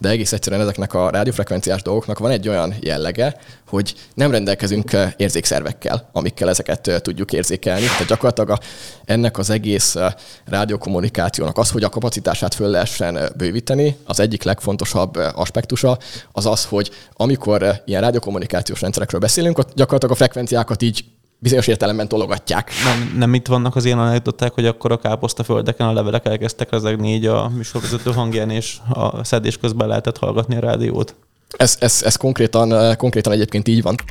de egész egyszerűen ezeknek a rádiófrekvenciás dolgoknak van egy olyan jellege, hogy nem rendelkezünk érzékszervekkel, amikkel ezeket tudjuk érzékelni. Tehát gyakorlatilag ennek az egész rádiókommunikációnak az, hogy a kapacitását föl lehessen bővíteni, az egyik legfontosabb aspektusa az az, hogy amikor ilyen rádiókommunikációs rendszerekről beszélünk, ott gyakorlatilag a frekvenciákat így bizonyos értelemben tologatják. Nem itt vannak az ilyen anekdoták, hogy akkor a káposztaföldeken a levelek elkezdtek rezegni így a műsorvezető hangján, és a szedés közben lehetett hallgatni a rádiót? Ez konkrétan egyébként így van.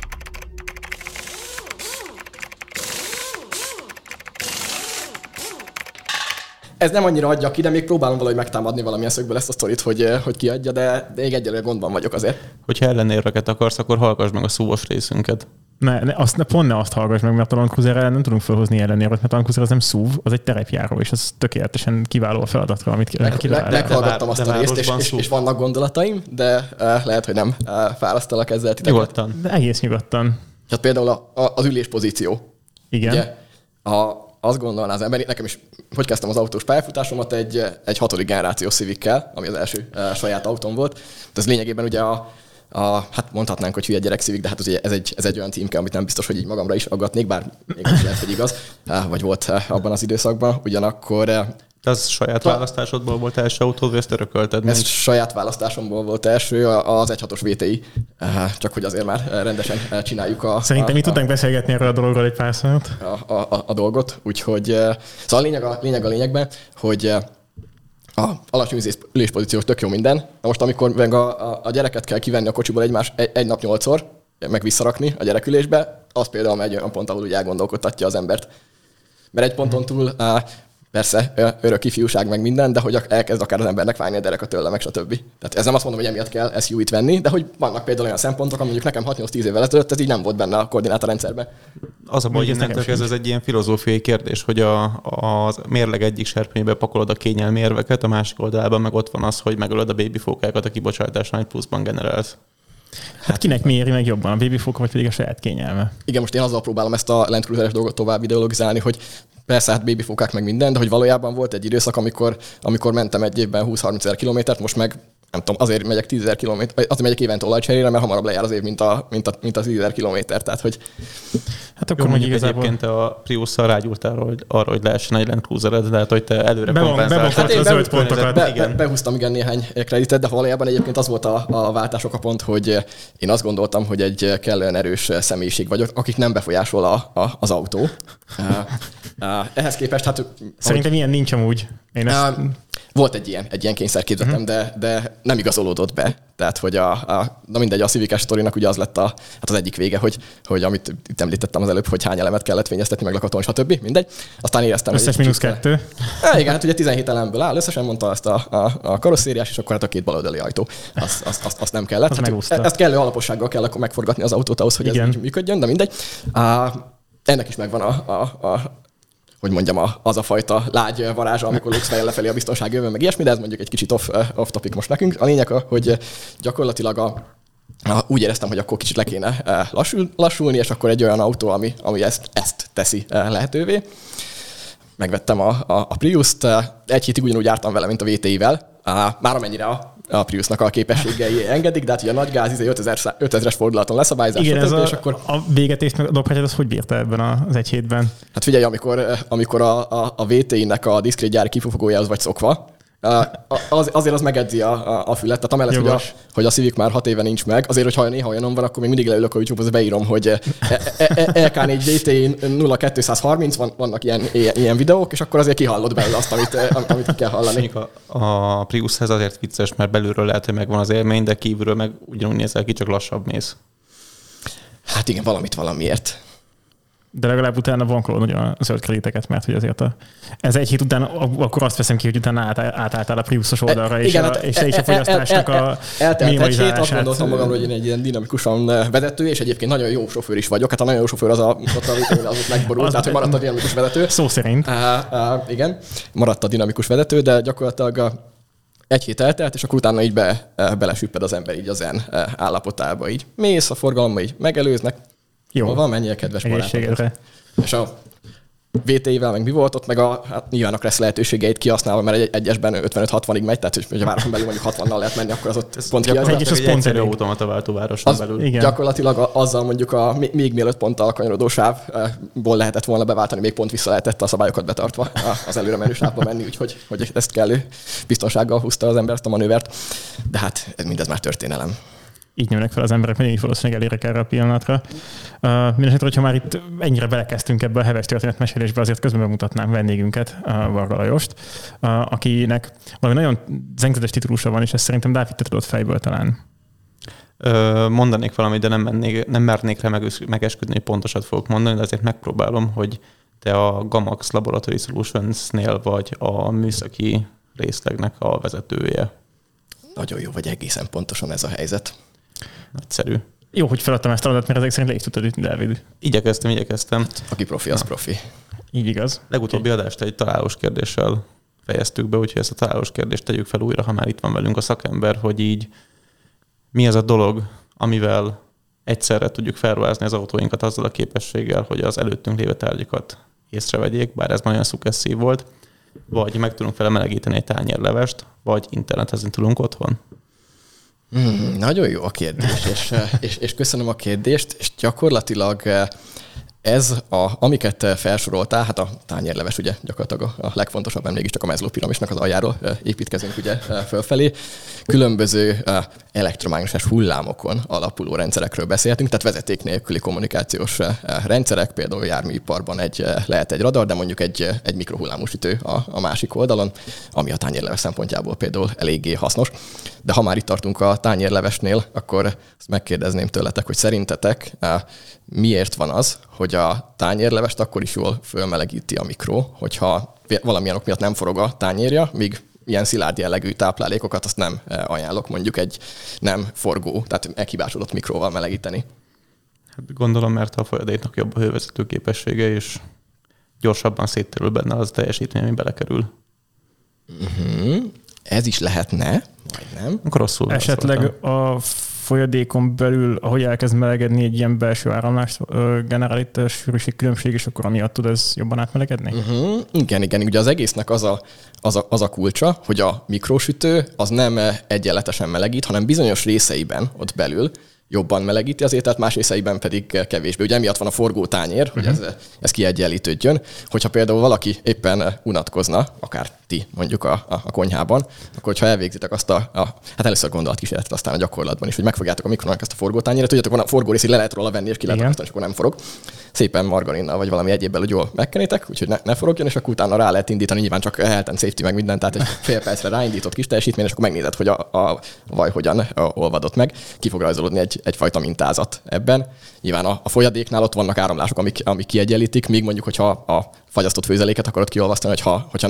Ez nem annyira adja ki, de még próbálom valahogy megtámadni valamilyen szögből ezt a sztorit, hogy kiadja, de még egyelőre gondban vagyok azért. Hogyha ellenérveket akarsz, akkor hallgass meg a szúvos részünket. Pont ne azt hallgass meg, mert a Land Cruiser ellen nem tudunk felhozni ellenérvet, mert a Land Cruiser az nem SUV, az egy terepjáró, és az tökéletesen kiváló a feladatra, amit meghallgattam azt a részt, és vannak gondolataim, de lehet, hogy nem fárasztalak ezzel titeket. Nyugodtan. De egész nyugodtan. Tehát például az üléspozíció. Igen. Ugye, azt gondolná az ember, nekem is, hogy kezdtem az autós pályafutásomat egy 6. generációs Civic-kel, ami az első saját autóm volt. De ez lényegében ugye hát mondhatnánk, hogy hülye gyerek Civic, de hát ez egy olyan címke, amit nem biztos, hogy így magamra is aggatnék, bár még lehet, hogy igaz, vagy volt abban az időszakban. Ugyanakkor... De az saját választásodból volt első autód, vagy ezt örökölted? Ez saját választásomból volt első, az 1.6-os VTI, csak hogy azért már rendesen csináljuk Szerintem mi tudnánk beszélgetni erről a dologról egy pár szót. A dolgot, úgyhogy... Szóval a lényegben, hogy a alacsony üléspozíciós tök jó minden. Na most, amikor meg a gyereket kell kivenni a kocsiból egy nap 8-szor, meg visszarakni a gyerekülésbe, az például egy olyan pont, ahol úgy elgondolkodtatja az embert. Mert egy ponton túl persze örök ifjúság meg minden, de hogy elkezd akár az embernek fájni a dereka tőle, meg stb. Tehát ez nem azt mondom, hogy emiatt kell SUV-t venni, de hogy vannak például olyan szempontok, ami mondjuk nekem 6-8-10 évvel ezelőtt ez így nem volt benne a koordinátorrendszerben. Az a baj, hogy innentől ez egy ilyen filozófiai kérdés, hogy a mérleg egyik serpenyébe pakolod a kényelmi érveket, a másik oldalában meg ott van az, hogy megölöd a babifókákat a kibocsátásnál, egy pluszban generálsz. Hát kinek mi éri meg jobban, a babifóka vagy pedig a saját kényelme? Igen, most én azzal próbálom ezt a Land Cruiser-es dolgot tovább ideologizálni, hogy persze hát babifókák meg minden, de hogy valójában volt egy időszak, amikor mentem egy évben 20-30 ezer kilométert, most meg nem tudom, azért megyek 10 000 kilométer, azért megyek évente olajcserére, mert hamarabb lejár az év, mint a 10 000 kilométer. Tehát, hogy... Hát akkor mondjuk igazából... egyébként a Priusszal rágyúrtál arra, hogy lehessen egy Land Cruisered, de hát, hogy te előre kompenzálsz. Hát én zöld pontokat. Behúztam igen néhány kreditet, de valójában egyébként az volt a váltások a pont, hogy én azt gondoltam, hogy egy kellően erős személyiség vagyok, akik nem befolyásol az autó. Ehhez képest, hát... Szerintem ilyen nincs amúgy. Volt egy ilyen kényszerképzetem, de nem igazolódott be. Tehát, hogy na mindegy, a Civic-es sztorinak ugye az lett az egyik vége, hogy amit itt említettem az előbb, hogy hány elemet kellett fényeztetni, meg lakatolni, stb. Mindegy. Aztán éreztem, összes -2. Igen, hát ugye 17 elemből áll, összesen mondta azt a karosszériás, és akkor hát a 2 baloldali ajtó. Azt nem kellett. Hát, ezt kellő alapossággal kell akkor megforgatni az autót ahhoz, hogy ez így működjön, de mindegy. Ennek is megvan hogy mondjam, az a fajta lágy varázsa, amikor lóksz fejjel lefelé a biztonságövön, meg ilyesmi, de ez mondjuk egy kicsit off topic most nekünk. A lényeg, hogy gyakorlatilag úgy éreztem, hogy akkor kicsit le kéne lassulni, és akkor egy olyan autó, ami ezt teszi lehetővé. Megvettem a Priust, egy hétig ugyanúgy jártam vele, mint a VTI-vel. Már amennyire a Priusnak a képességei engedik, de hát ugye a nagy gáz, 5000-es fordulaton leszabályzás. Igen, és akkor a végetést meg a dobhatját, az hogy bírta ebben az egy hétben? Hát figyelj, amikor a VTI-nek a diszkrét gyári kifufogójához vagy szokva, azért az megedzi a fület. Tehát amellett, hogy a Civic már 6 éve nincs meg, azért, hogyha néha olyanom van, akkor még mindig leülök a YouTube-hoz, beírom, hogy LK4 VTI 0230, vannak ilyen videók, és akkor azért kihallod belőle azt, amit kell hallani. A Priushez azért vicces, mert belülről lehet, hogy megvan az élmény, de kívülről meg ugyanúgy nézel ki, csak lassabb mész. Hát igen, valamiért. De legalább utána vankolod nagyon a zöld krediteket, mert hogy azért ez egy hét után, akkor azt veszem ki, hogy utána átálltál a Priusos oldalra, és a fogyasztásnak a minimalizálását. Eltelt azt gondoltam magamról, hogy én egy ilyen dinamikusan vezető, és egyébként nagyon jó sofőr is vagyok. Hát a nagyon jó sofőr az ott megborult, tehát hogy maradt a dinamikus vezető. Szó szerint. Igen, maradt a dinamikus vezető, de gyakorlatilag egy hét eltelt, és akkor utána így belesüpped az ember így a zen állapotába. Így mész a forgalomba, így megelőznek. Jó. Hol van, menjél, kedves barátom. És VT-vel, meg mi volt ott, meg nyilván a Kressz lehetőségeit kihasználva, mert egyesben 55-60-ig megy, tehát hogy a városon belül mondjuk 60-nal lehet menni, akkor az ott ez pont kiadva. És az pont egy automata váltóvároson belül. Igen. Gyakorlatilag azzal mondjuk még mielőtt pont a kanyarodó sávból lehetett volna beváltani, még pont vissza lehetett a szabályokat betartva az előre menő sávba menni, úgyhogy ezt kellő biztonsággal húzta az ember ezt a manővert. De hát mindez már történelem. Így nyomnak fel az emberek, még valószínűleg elérek erre a pillanatra. Mindenesetre, hogyha már itt ennyire belekezdtünk ebbe a heves történetmesélésbe, azért közben bemutatnám vendégünket, Varga Lajost, akinek valami nagyon zengzetes titulusa van, és ezt szerintem Dávid, te tudod fejből talán. Mondanék valamit, de nem mernék rá megesküdni, hogy pontosat fogok mondani, de azért megpróbálom, hogy te a Gamax Laboratory Solutions-nél vagy a műszaki részlegnek a vezetője. Nagyon jó, vagy egészen pontosan ez a helyzet. Nagyszerű. Jó, hogy feladtam ezt a adat, mert ezek szerint le is tudtad ütni, Dávid. Igyekeztem. Aki profi, az profi. Így igaz. Legutóbbi adást egy találós kérdéssel fejeztük be, úgyhogy ezt a találós kérdést tegyük fel újra, ha már itt van velünk a szakember, hogy így mi az a dolog, amivel egyszerre tudjuk felruházni az autóinkat azzal a képességgel, hogy az előttünk lévő tárgyakat észrevegyék, bár ez nagyon szukesszív volt, vagy meg tudunk vele melegíteni egy tányérlevest, vagy internetezni tudunk otthon. Nagyon jó a kérdés, és köszönöm a kérdést, és gyakorlatilag ez, amiket felsoroltál, hát a tányérleves ugye gyakorlatilag a legfontosabb, mert mégiscsak a Maslow piramisnak az aljáról építkezünk ugye fölfelé. Különböző elektromágneses hullámokon alapuló rendszerekről beszélhetünk, tehát vezeték nélküli kommunikációs rendszerek, például járműiparban lehet egy radar, de mondjuk egy mikrohullámú sütő a másik oldalon, ami a tányérleves szempontjából például eléggé hasznos. De ha már itt tartunk a tányérlevesnél, akkor azt megkérdezném tőletek, hogy szerintetek miért van az, hogy a tányérlevest akkor is jól fölmelegíti a mikro, hogyha valamilyen ok miatt nem forog a tányérja, míg ilyen szilárd jellegű táplálékokat azt nem ajánlok mondjuk egy nem forgó, tehát meghibásodott mikróval melegíteni. Hát gondolom, mert a folyadéknak jobb a hővezető képessége, és gyorsabban szétterül benne az teljesítmény, ami belekerül. Ez is lehetne, vagy nem. Akkor rosszul esetleg a folyadékon belül, ahogy elkezd melegedni, egy ilyen belső áramlást generál itt a sűrűség különbség, és akkor amiatt tud ez jobban átmelegedni? Igen. Ugye az egésznek az a kulcsa, hogy a mikrosütő az nem egyenletesen melegít, hanem bizonyos részeiben ott belül jobban melegíti azért, tehát más részeiben pedig kevésbé. Ugye emiatt van a forgó tányér, hogy ez kiegyenlítődjön. Hogyha például valaki éppen unatkozna, akár ti mondjuk a konyhában, akkor hogyha elvégzitek azt hát először gondolatkísérletet, aztán a gyakorlatban is, hogy megfogjátok a mikronak ezt a forgó tányért, tudjátok, van a forgó részét le lehet róla venni, és ki lehet akasztani, és akkor nem forog. Szépen margarinnal vagy valami egyébbel, hogy jól megkenétek, úgyhogy ne forogjon, és akkor utána rá lehet indítani, nyilván csak health and safety meg minden, tehát egy fél percre ráindított kis teljesítmény, és akkor megnézed, hogy a vaj hogyan olvadott meg. Ki fog rajzolódni egyfajta mintázat ebben. Nyilván a folyadéknál ott vannak áramlások, amik kiegyenlítik, míg mondjuk, hogyha a fagyasztott főzeléket akarod kiolvasztani, hogyha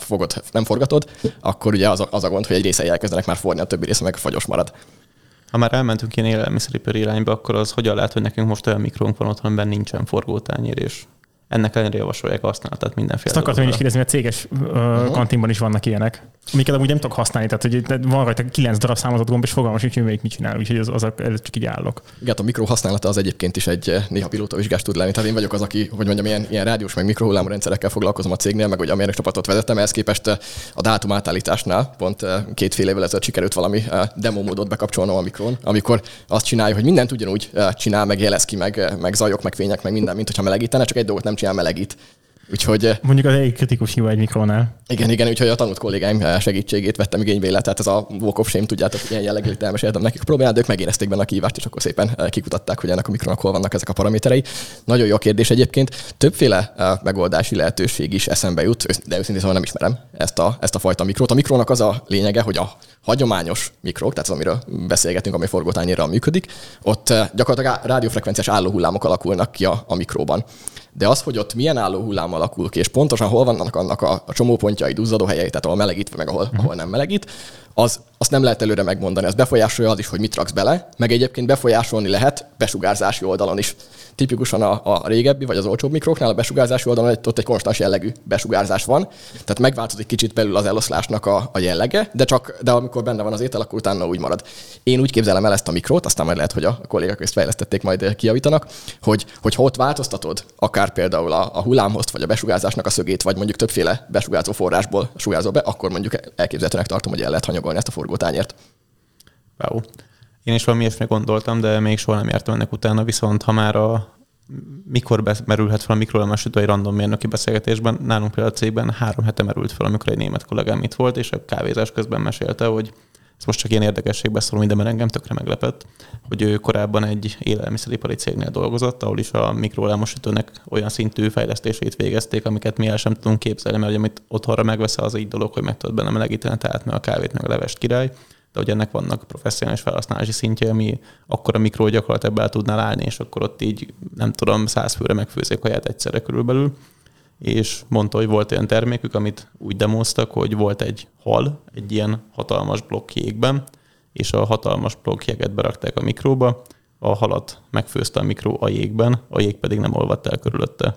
nem forgatod, akkor ugye az a gond, hogy egy részei elkezdenek már forni, a többi része meg fagyos marad. Ha már elmentünk ilyen élelmiszeripari irányba, akkor az hogyan lehet, hogy nekünk most olyan mikrónk van otthon, amiben nincsen forgótányér, és ennek ellenére javasolják használatát mindenféle. Ezt akartam én is kérdezni, mert céges kantinban is vannak ilyenek, amiket amúgy nem tudok használni, tehát hogy van rajta 9 darab számozott gomb, és fogalmas, hogy melyik mit csinál, úgyhogy az csak így állok. Igen, a mikro használata az egyébként is egy néha pilótavizsgás tud lenni. Tehát én vagyok az, aki, hogy mondjam, ilyen rádiós meg mikrohullámú rendszerekkel foglalkozom a cégnél, meg hogy a mérnökcsapatot vezettem, ehhez képest a dátum átállításnál pont 2 évvel ezelőtt sikerült valami demo módot bekapcsolnom a mikrón, amikor azt csinálja, hogy mindent ugyanúgy csinál, meg jelez ki, meg zajok, meg fények, meg minden, mint hogyha melegítene, csak egy dolgot nem csinál, melegít. Úgyhogy, mondjuk az egy kritikus hiba egy mikrónál. Igen, úgyhogy a tanult kollégáim segítségét vettem igénybe, tehát ez a walk of shame, tudjátok, ilyen jellegű elmeséltem nekik a problémát, de ők megérezték benne a kihívást, és akkor szépen kikutatták, hogy ennek a mikrónak hol vannak ezek a paraméterei. Nagyon jó a kérdés egyébként. Többféle megoldási lehetőség is eszembe jut, de őszintén szóval nem ismerem ezt a fajta mikrót. A mikrónak az a lényege, hogy a hagyományos mikrók, tehát az, amiről beszélgetünk, ami forgótányérral működik, ott gyakorlatilag rádiófrekvenciás állóhullámok alakulnak ki a mikróban. De az, hogy ott milyen állóhullám alakul ki, és pontosan hol vannak annak a csomópontjai, duzzadó helyei, tehát ahol melegít, meg ahol nem melegít, azt nem lehet előre megmondani. Az befolyásolja az is, hogy mit raksz bele, meg egyébként befolyásolni lehet besugárzási oldalon is. Tipikusan a régebbi, vagy az olcsóbb mikróknál a besugárzási oldalon ott egy konstans jellegű besugárzás van, tehát megváltozik kicsit belül az eloszlásnak a jellege, de amikor benne van az étel, akkor utána úgy marad. Én úgy képzelem el ezt a mikrót, aztán majd lehet, hogy a kollégák ezt fejlesztették, majd kijavítanak, hogy ha ott változtatod, akár például a hullámhozt, vagy a besugárzásnak a szögét, vagy mondjuk többféle besugárzó forrásból sugárzol be, akkor mondjuk elképzelhetőnek tartom, hogy el lehet hanyagolni ezt a forgótányért. Wow. Én is valami ilyesmire gondoltam, de még soha nem jártam ennek utána, viszont ha már mikor merülhet fel a mikroelemes egy random mérnöki beszélgetésben, nálunk például a cégben 3 hete merült fel, amikor egy német kollégám itt volt, és a kávézás közben mesélte, hogy ez most csak ilyen érdekességbe szólom, de engem tökre meglepett, hogy ő korábban egy élelmiszeripari cégnél dolgozott, ahol is a mikroelmosítőnek olyan szintű fejlesztését végezték, amiket mi el sem tudunk képzelni, mert amit otthonra megveszel, az így dolog, hogy meg tudod benne melegíteni, tehát meg a kávét, meg a levest király, de hogy ennek vannak professzionális felhasználási szintje, ami akkor a mikro gyakorlatilag el tudnál állni, és akkor ott így, nem tudom, 100 főre megfőzzék kaját egyszerre körülbelül. És mondta, hogy volt olyan termékük, amit úgy demoztak, hogy volt egy hal, egy ilyen hatalmas blokk jégben, és a hatalmas blokk jeget berakták a mikróba, a halat megfőzte a mikró a jégben, a jég pedig nem olvadt el körülötte.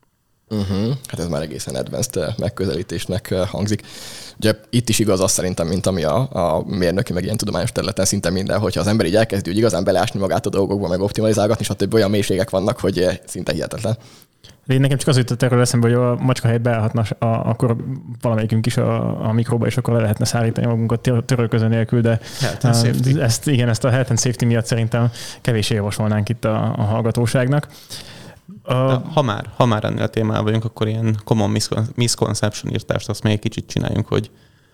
Hát ez már egészen advanced megközelítésnek hangzik. Ugye itt is igaz az szerintem, mint ami a mérnöki, meg ilyen tudományos területen szinte minden, hogyha az ember így elkezdi úgy igazán beleásni magát a dolgokba, meg optimalizálgatni, és több olyan mélységek vannak, hogy szinte hihetetlen. Én nekem csak az jutott erről eszembe, hogy a macska helyett beállhatna akkor valamelyikünk is a mikróba, és akkor le lehetne szárítani magunkat törölköző nélkül, de ezt a health and safety miatt szerintem kevéssé javasolnánk itt a hallgatóságnak. Ha már ennél a témával vagyunk, akkor ilyen common misconception írtást azt még egy kicsit csináljunk, hogy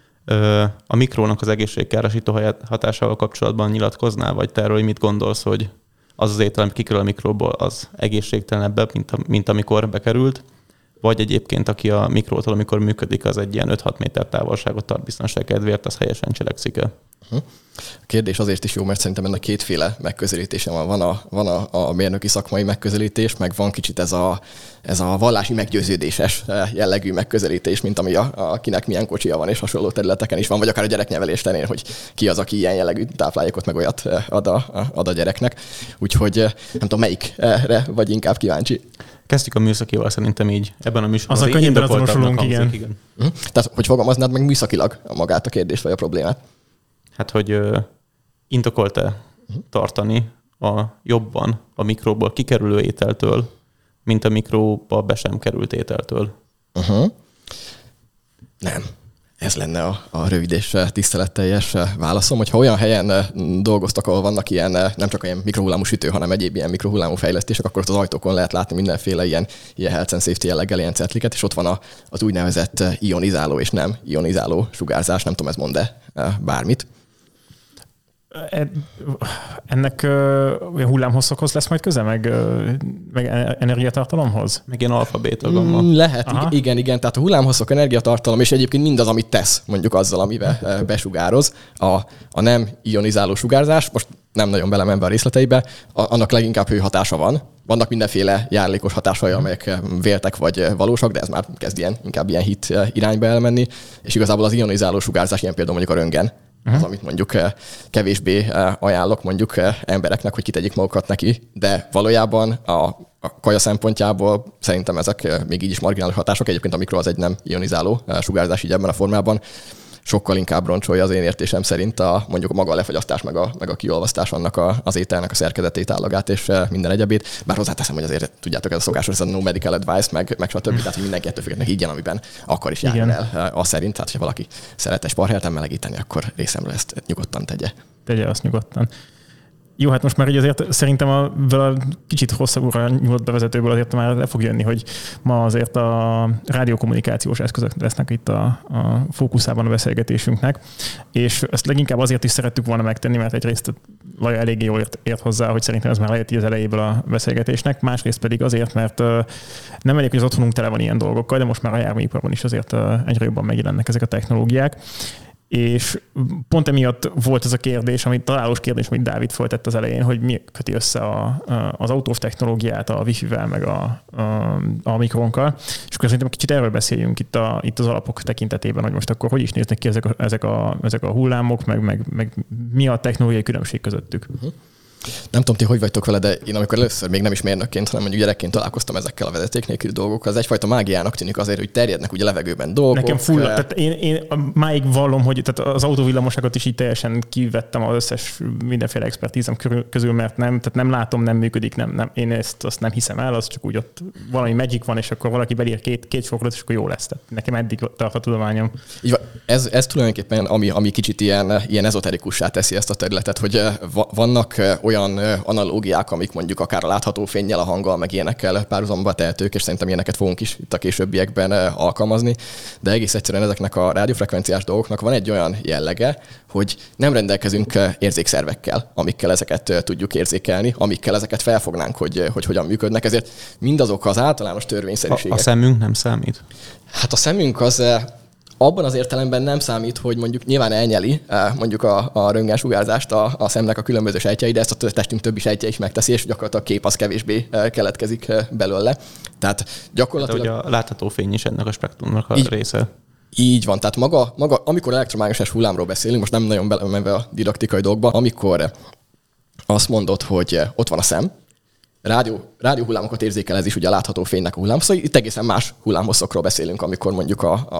a mikrónak az egészségkárosító hatásával kapcsolatban nyilatkoznál, vagy te erről, hogy mit gondolsz, hogy az étel, ami kikerül a mikróból, az egészségtelenebb, mint amikor bekerült, vagy egyébként, aki a mikrótól, amikor működik, az egy ilyen 5-6 méter távolságot tart biztonság kedvéért, az helyesen cselekszik-e? A kérdés azért is jó, mert szerintem ennek kétféle megközelítése van. Van a mérnöki szakmai megközelítés, meg van kicsit ez a vallási meggyőződéses jellegű megközelítés, mint ami akinek milyen kocsia van, és hasonló területeken is van, vagy akár a gyerekneveléstenél, hogy ki az, aki ilyen jellegű táplálékot meg olyat ad a gyereknek. Úgyhogy nem tudom, melyikre vagy inkább kíváncsi. Kezdjük a műszakival szerintem így. Ebben a műsorban az a könnyebben azonosulunk, igen. Tehát, hogy fogalmaznád meg műszakilag magát a kérdést, vagy a problémát? Hát, hogy indokolt-e tartani jobban a mikróból kikerülő ételtől, mint a mikróba be sem került ételtől? Nem. Ez lenne a rövid és tiszteletteljes válaszom, hogyha olyan helyen dolgoztak, ahol vannak ilyen, nem csak ilyen mikrohullámú sütő, hanem egyéb ilyen mikrohullámú fejlesztések, akkor ott az ajtókon lehet látni mindenféle ilyen health and safety jelleggel ilyen cetliket, és ott van az úgynevezett ionizáló és nem ionizáló sugárzás, nem tudom, ez mond-e bármit. Ennek hullámhosszokhoz lesz majd köze, meg energiatartalomhoz? Meg ilyen alfa-béta gamma. Lehet, igen. Tehát a hullámhosszok, energiatartalom, és egyébként mindaz, amit tesz, mondjuk azzal, amivel besugároz. A nem ionizáló sugárzás, most nem nagyon belemenve a részleteibe, annak leginkább hőhatása van. Vannak mindenféle járulékos hatásai, amelyek véltek vagy valósak, de ez már kezd inkább ilyen hit irányba elmenni. És igazából az ionizáló sugárzás, ilyen például mondjuk a röntgen, az, amit mondjuk kevésbé ajánlok mondjuk embereknek, hogy kitegyék magukat neki, de valójában a kaja szempontjából szerintem ezek még így is marginális hatások. Egyébként a mikro az egy nem ionizáló sugárzás így ebben a formában. Sokkal inkább roncsolja az én értésem szerint mondjuk maga a lefagyasztás, meg a kiolvasztás annak az ételnek a szerkezetét, állagát és minden egyebét. Bár hozzáteszem, hogy azért tudjátok, ez a szokásos, ez a no medical advice, meg stb. Tehát, hogy mindenki ettől függetlenül higgyen, amiben akkor is járjon el azt szerint. Tehát, ha valaki szeret egy sparhelyet melegíteni, akkor részemről ezt nyugodtan tegye. Tegye azt nyugodtan. Jó, hát most már így azért szerintem a kicsit hosszabbúra nyújtott bevezetőből azért már le fog jönni, hogy ma azért a rádiókommunikációs eszközök lesznek itt a fókuszában a beszélgetésünknek, és ezt leginkább azért is szerettük volna megtenni, mert egyrészt Laja eléggé jól ért hozzá, hogy szerintem ez már lejött az elejéből a beszélgetésnek, másrészt pedig azért, mert nem elég, hogy az otthonunk tele van ilyen dolgokkal, de most már a járműiparban is azért egyre jobban megjelennek ezek a technológiák. És pont emiatt volt ez a kérdés, találós kérdés, amit Dávid föltett az elején, hogy mi köti össze az autóv technológiát a Wi-Fi-vel, meg a mikronkkal. És akkor szerintem kicsit erről beszéljünk itt az alapok tekintetében, hogy most akkor hogy is néznek ki ezek a hullámok, meg mi a technológiai különbség közöttük. Nem tudom, ti hogy vagytok vele, de én amikor először még nem is mérnökként, hanem mondjuk gyerekként találkoztam ezekkel a vezeték nélküli dolgokkal, az egyfajta mágiának tűnik azért, hogy terjednek ugye levegőben dolgok. Nekem full, tehát én máig vallom, hogy tehát az autóvillamoságot is így teljesen kivettem az összes mindenféle expertízem közül, mert nem látom, nem működik, nem. Én azt nem hiszem el, az csak úgy ott valami magic van, és akkor valaki belír két fokot, és akkor jó lesz. Tehát nekem eddig tart a tudományom. Így van. Ez tulajdonképpen, ami kicsit ilyen ezoterikussá teszi ezt a területet, hogy vannak olyan analógiák, amik mondjuk akár a látható fénnyel, a hanggal, meg ilyenekkel párhuzamba tehetők, és szerintem ilyeneket fogunk is itt a későbbiekben alkalmazni, de egész egyszerűen ezeknek a rádiófrekvenciás dolgoknak van egy olyan jellege, hogy nem rendelkezünk érzékszervekkel, amikkel ezeket tudjuk érzékelni, amikkel ezeket felfognánk, hogy hogyan működnek, ezért mindazok az általános törvényszerűségek. A szemünk nem számít? Hát a szemünk az abban az értelemben nem számít, hogy mondjuk nyilván elnyeli mondjuk a röntgensugárzást a szemnek a különböző sejtjei, de ezt a testünk többi sejtje is megteszi, és gyakorlatilag a kép az kevésbé keletkezik belőle. Tehát gyakorlatilag... Tehát, hogy a látható fény is ennek a spektrumnak a része. Így van, tehát maga, amikor elektromágneses hullámról beszélünk, most nem nagyon belemenve a didaktikai dolgokba, amikor azt mondod, hogy ott van a szem, rádióhullámokat érzékel, ez is ugye a látható fénynek a hullámhosszai. Itt egészen más hullámhosszokról beszélünk, amikor mondjuk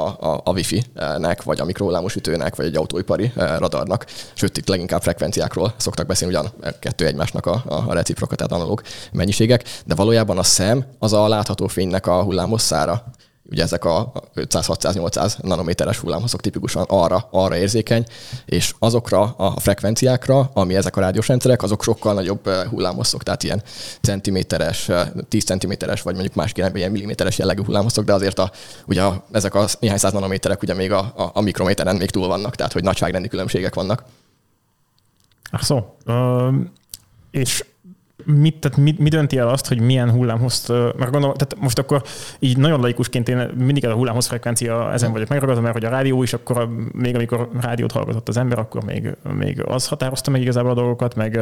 a Wi-Fi-nek, vagy a mikrohullámos ütőnek, vagy egy autóipari radarnak. Sőt, itt leginkább frekvenciákról szoktak beszélni, ugyan kettő egymásnak a reciproka, tehát analóg mennyiségek, de valójában a szem az a látható fénynek a hullámhosszára. Ugye ezek a 500-600-800 nanométeres hullámhosszok tipikusan arra érzékeny, és azokra a frekvenciákra, ami ezek a rádiós rendszerek, azok sokkal nagyobb hullámhosszok, tehát ilyen centiméteres, 10 centiméteres, vagy mondjuk másik ilyen milliméteres jellegű hullámhosszok, de azért ugye ezek a néhány száz nanométerek ugye még a mikrométeren még túl vannak, tehát hogy nagyságrendi különbségek vannak. És mi dönti el azt, hogy milyen hullámhossz, mert gondolom, tehát most akkor így nagyon laikusként én mindig ez a hullámhossz frekvencia ezen vagyok megragadva, mert hogy a rádió is akkor még amikor rádiót hallgatott az ember, akkor még az határozta meg igazából a dolgokat, meg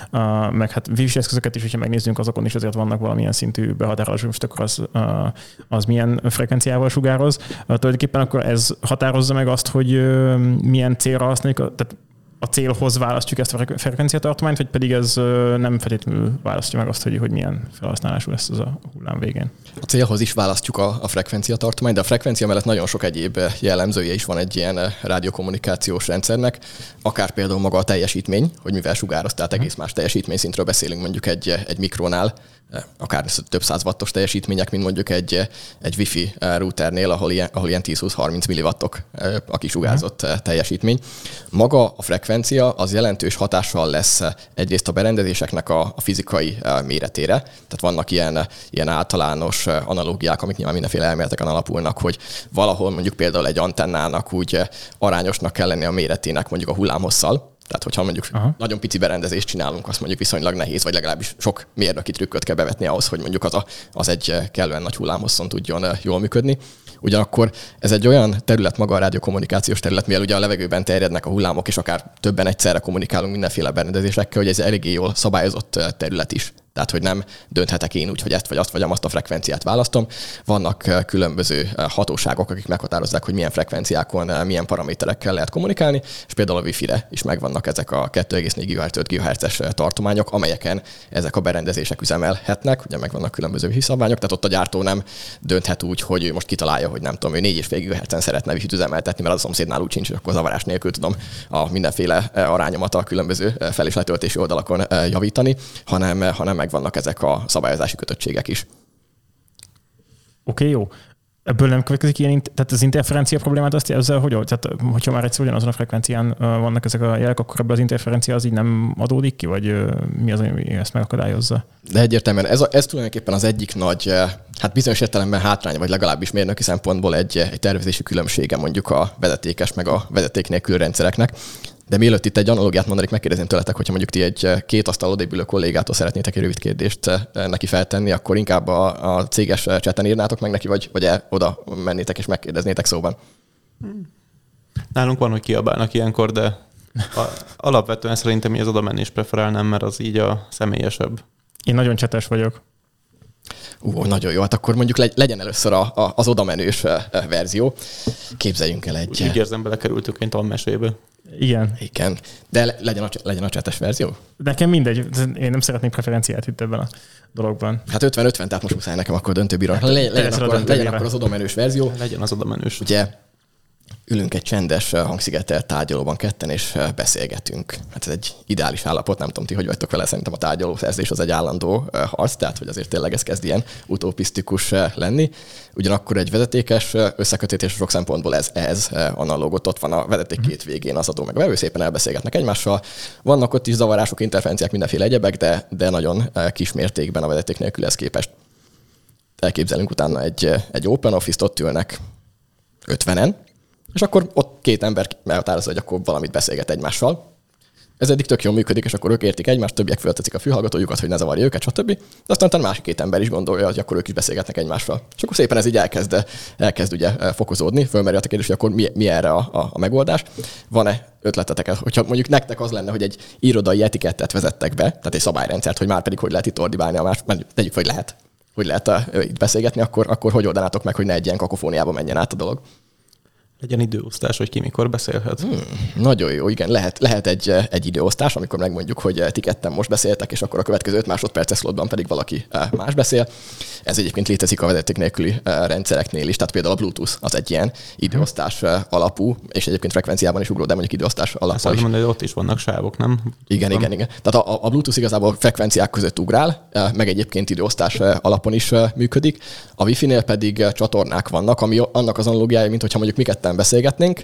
hát Wi-Fi eszközöket is, hogyha megnézzünk, azokon is azért vannak valamilyen szintű behatárolás, most akkor az milyen frekvenciával sugároz. Tulajdonképpen akkor ez határozza meg azt, hogy milyen célra használjuk, tehát a célhoz választjuk ezt a frekvenciatartományt, vagy pedig ez nem feltétlenül választja meg azt, hogy milyen felhasználású lesz ez a hullám végén? A célhoz is választjuk a frekvenciatartományt, de a frekvencia mellett nagyon sok egyéb jellemzője is van egy ilyen rádiókommunikációs rendszernek, akár például maga a teljesítmény, hogy mivel sugároz, tehát egész más teljesítményszintről beszélünk mondjuk egy mikronál, akár több száz wattos teljesítmények, mint mondjuk egy Wi-Fi routernél, ahol ilyen 10-20-30 milliwattok a kisugárzott teljesítmény. Maga a frekvencia az jelentős hatással lesz egyrészt a berendezéseknek a fizikai méretére, tehát vannak ilyen általános analógiák, amik nyilván mindenféle elméleteken alapulnak, hogy valahol mondjuk például egy antennának úgy arányosnak kell lenni a méretének mondjuk a hullámhosszal. Tehát, hogyha mondjuk nagyon pici berendezést csinálunk, azt mondjuk viszonylag nehéz, vagy legalábbis sok mérnöki trükköt kell bevetni ahhoz, hogy mondjuk az egy kellően nagy hullámhosszon tudjon jól működni. Ugyanakkor ez egy olyan terület, maga a rádiókommunikációs terület, mivel ugye a levegőben terjednek a hullámok, és akár többen egyszerre kommunikálunk mindenféle berendezésekkel, hogy ez eléggé jól szabályozott terület is. Tehát, hogy nem dönthetek én úgy, hogy ezt vagy azt vagy azt a frekvenciát választom. Vannak különböző hatóságok, akik meghatározzák, hogy milyen frekvenciákon, milyen paraméterekkel lehet kommunikálni, és például a Wi-Fi-re is megvannak ezek a 2,4 GHz-5 GHz-es tartományok, amelyeken ezek a berendezések üzemelhetnek. Ugye megvannak különböző Wi-Fi szabványok, tehát ott a gyártó nem dönthet úgy, hogy ő most kitalálja, hogy nem tudom, ő 4,5 GHz-en szeretne Wi-Fi-t üzemeltetni, mert az a szomszédnál úgy sincs, akkor zavarás nélkül tudom a mindenféle arányomat a különböző fel- és letöltési oldalakon javítani, hanem megvannak ezek a szabályozási kötöttségek is. Oké, jó. Ebből nem következik ilyen, tehát az interferencia problémát azt jelzzel, hogy tehát, hogyha már egyszer ugyanazon a frekvencián vannak ezek a jelek, akkor ebből az interferencia az így nem adódik ki, vagy mi az, ami ezt megakadályozza? De egyértelműen ez tulajdonképpen az egyik nagy, hát bizonyos értelemben hátránya, vagy legalábbis mérnöki szempontból egy tervezési különbsége mondjuk a vezetékes meg a vezeték nélkül rendszereknek. De mielőtt itt egy analógiát mondanék, megkérdezném tőletek, hogyha mondjuk ti egy két asztal odébb ülő kollégától szeretnétek egy rövid kérdést neki feltenni, akkor inkább a céges chaten írnátok meg neki, vagy oda mennétek és megkérdeznétek szóban? Nálunk van, hogy kiabálnak ilyenkor, de alapvetően szerintem az odamenést preferálnám, mert az így a személyesebb. Én nagyon csetes vagyok. Nagyon jó. Hát akkor mondjuk legyen először az odamenős verzió. Képzeljünk el egy... Úgy érzem, belekerültünk egy tanmesébe. Igen. De legyen a csetes verzió? Nekem mindegy. Én nem szeretnék preferenciát itt ebben a dologban. Hát 50-50, tehát most muszáj nekem akkor döntőbíró. Legyen akkor az odamenős verzió. Legyen az odamenős. Ugye ülünk egy csendes, hangszigetelt tárgyalóban ketten, és beszélgetünk. Hát ez egy ideális állapot, nem tudom ti, hogy vagytok vele, szerintem a tárgyalószerzés az egy állandó harc, tehát hogy azért tényleg ez kezd ilyen utopisztikus lenni. Ugyanakkor egy vezetékes összekötés sok szempontból ez analógot, ott van a vezeték két végén az adó meg a vevő, szépen elbeszélgetnek egymással. Vannak ott is zavarások, interferenciák, mindenféle egyebek, de nagyon kis mértékben a vezeték nélkülhez képest. Elképzelünk utána egy open office-t, ott ülnek 50-en, és akkor ott két ember elhatározza, hogy akkor valamit beszélget egymással. Ez eddig tök jól működik, és akkor ők értik egymást, többiek fölteszik a fülhallgatójukat, hogy ne zavarja őket, stb. De aztán a másik két ember is gondolja, hogy akkor ők is beszélgetnek egymással. És akkor szépen ez így elkezd ugye fokozódni, fölmerül a kérdés, hogy akkor mi erre a megoldás. Van-e ötletetek, hogyha mondjuk nektek az lenne, hogy egy irodai etikettet vezettek be, tehát egy szabályrendszert, hogy már pedig hogy lehet itt ordibálni a más, tegyük fel, hogy lehet itt beszélgetni, akkor hogy oldanátok meg, hogy ne egy ilyen kakofóniába menjen át a dolog. Legyen időosztás, hogy ki mikor beszélhet. Nagyon jó, igen. Lehet egy időosztás, amikor megmondjuk, hogy ti ketten most beszéltek, és akkor a következő 5 másodperces slotban pedig valaki más beszél. Ez egyébként létezik a vezeték nélküli rendszereknél is, tehát például a Bluetooth az egy ilyen időosztás alapú, és egyébként frekvenciában is ugró, de mondjuk időosztás alapú is. Mondani, hogy ott is vannak sávok, nem? Igen. Tehát a Bluetooth igazából frekvenciák között ugrál, meg egyébként időosztás alapon is működik. A Wi-Fi-nél pedig csatornák vannak, ami annak az analógiája, mint hogyha mondjuk mi ketten beszélgetnénk,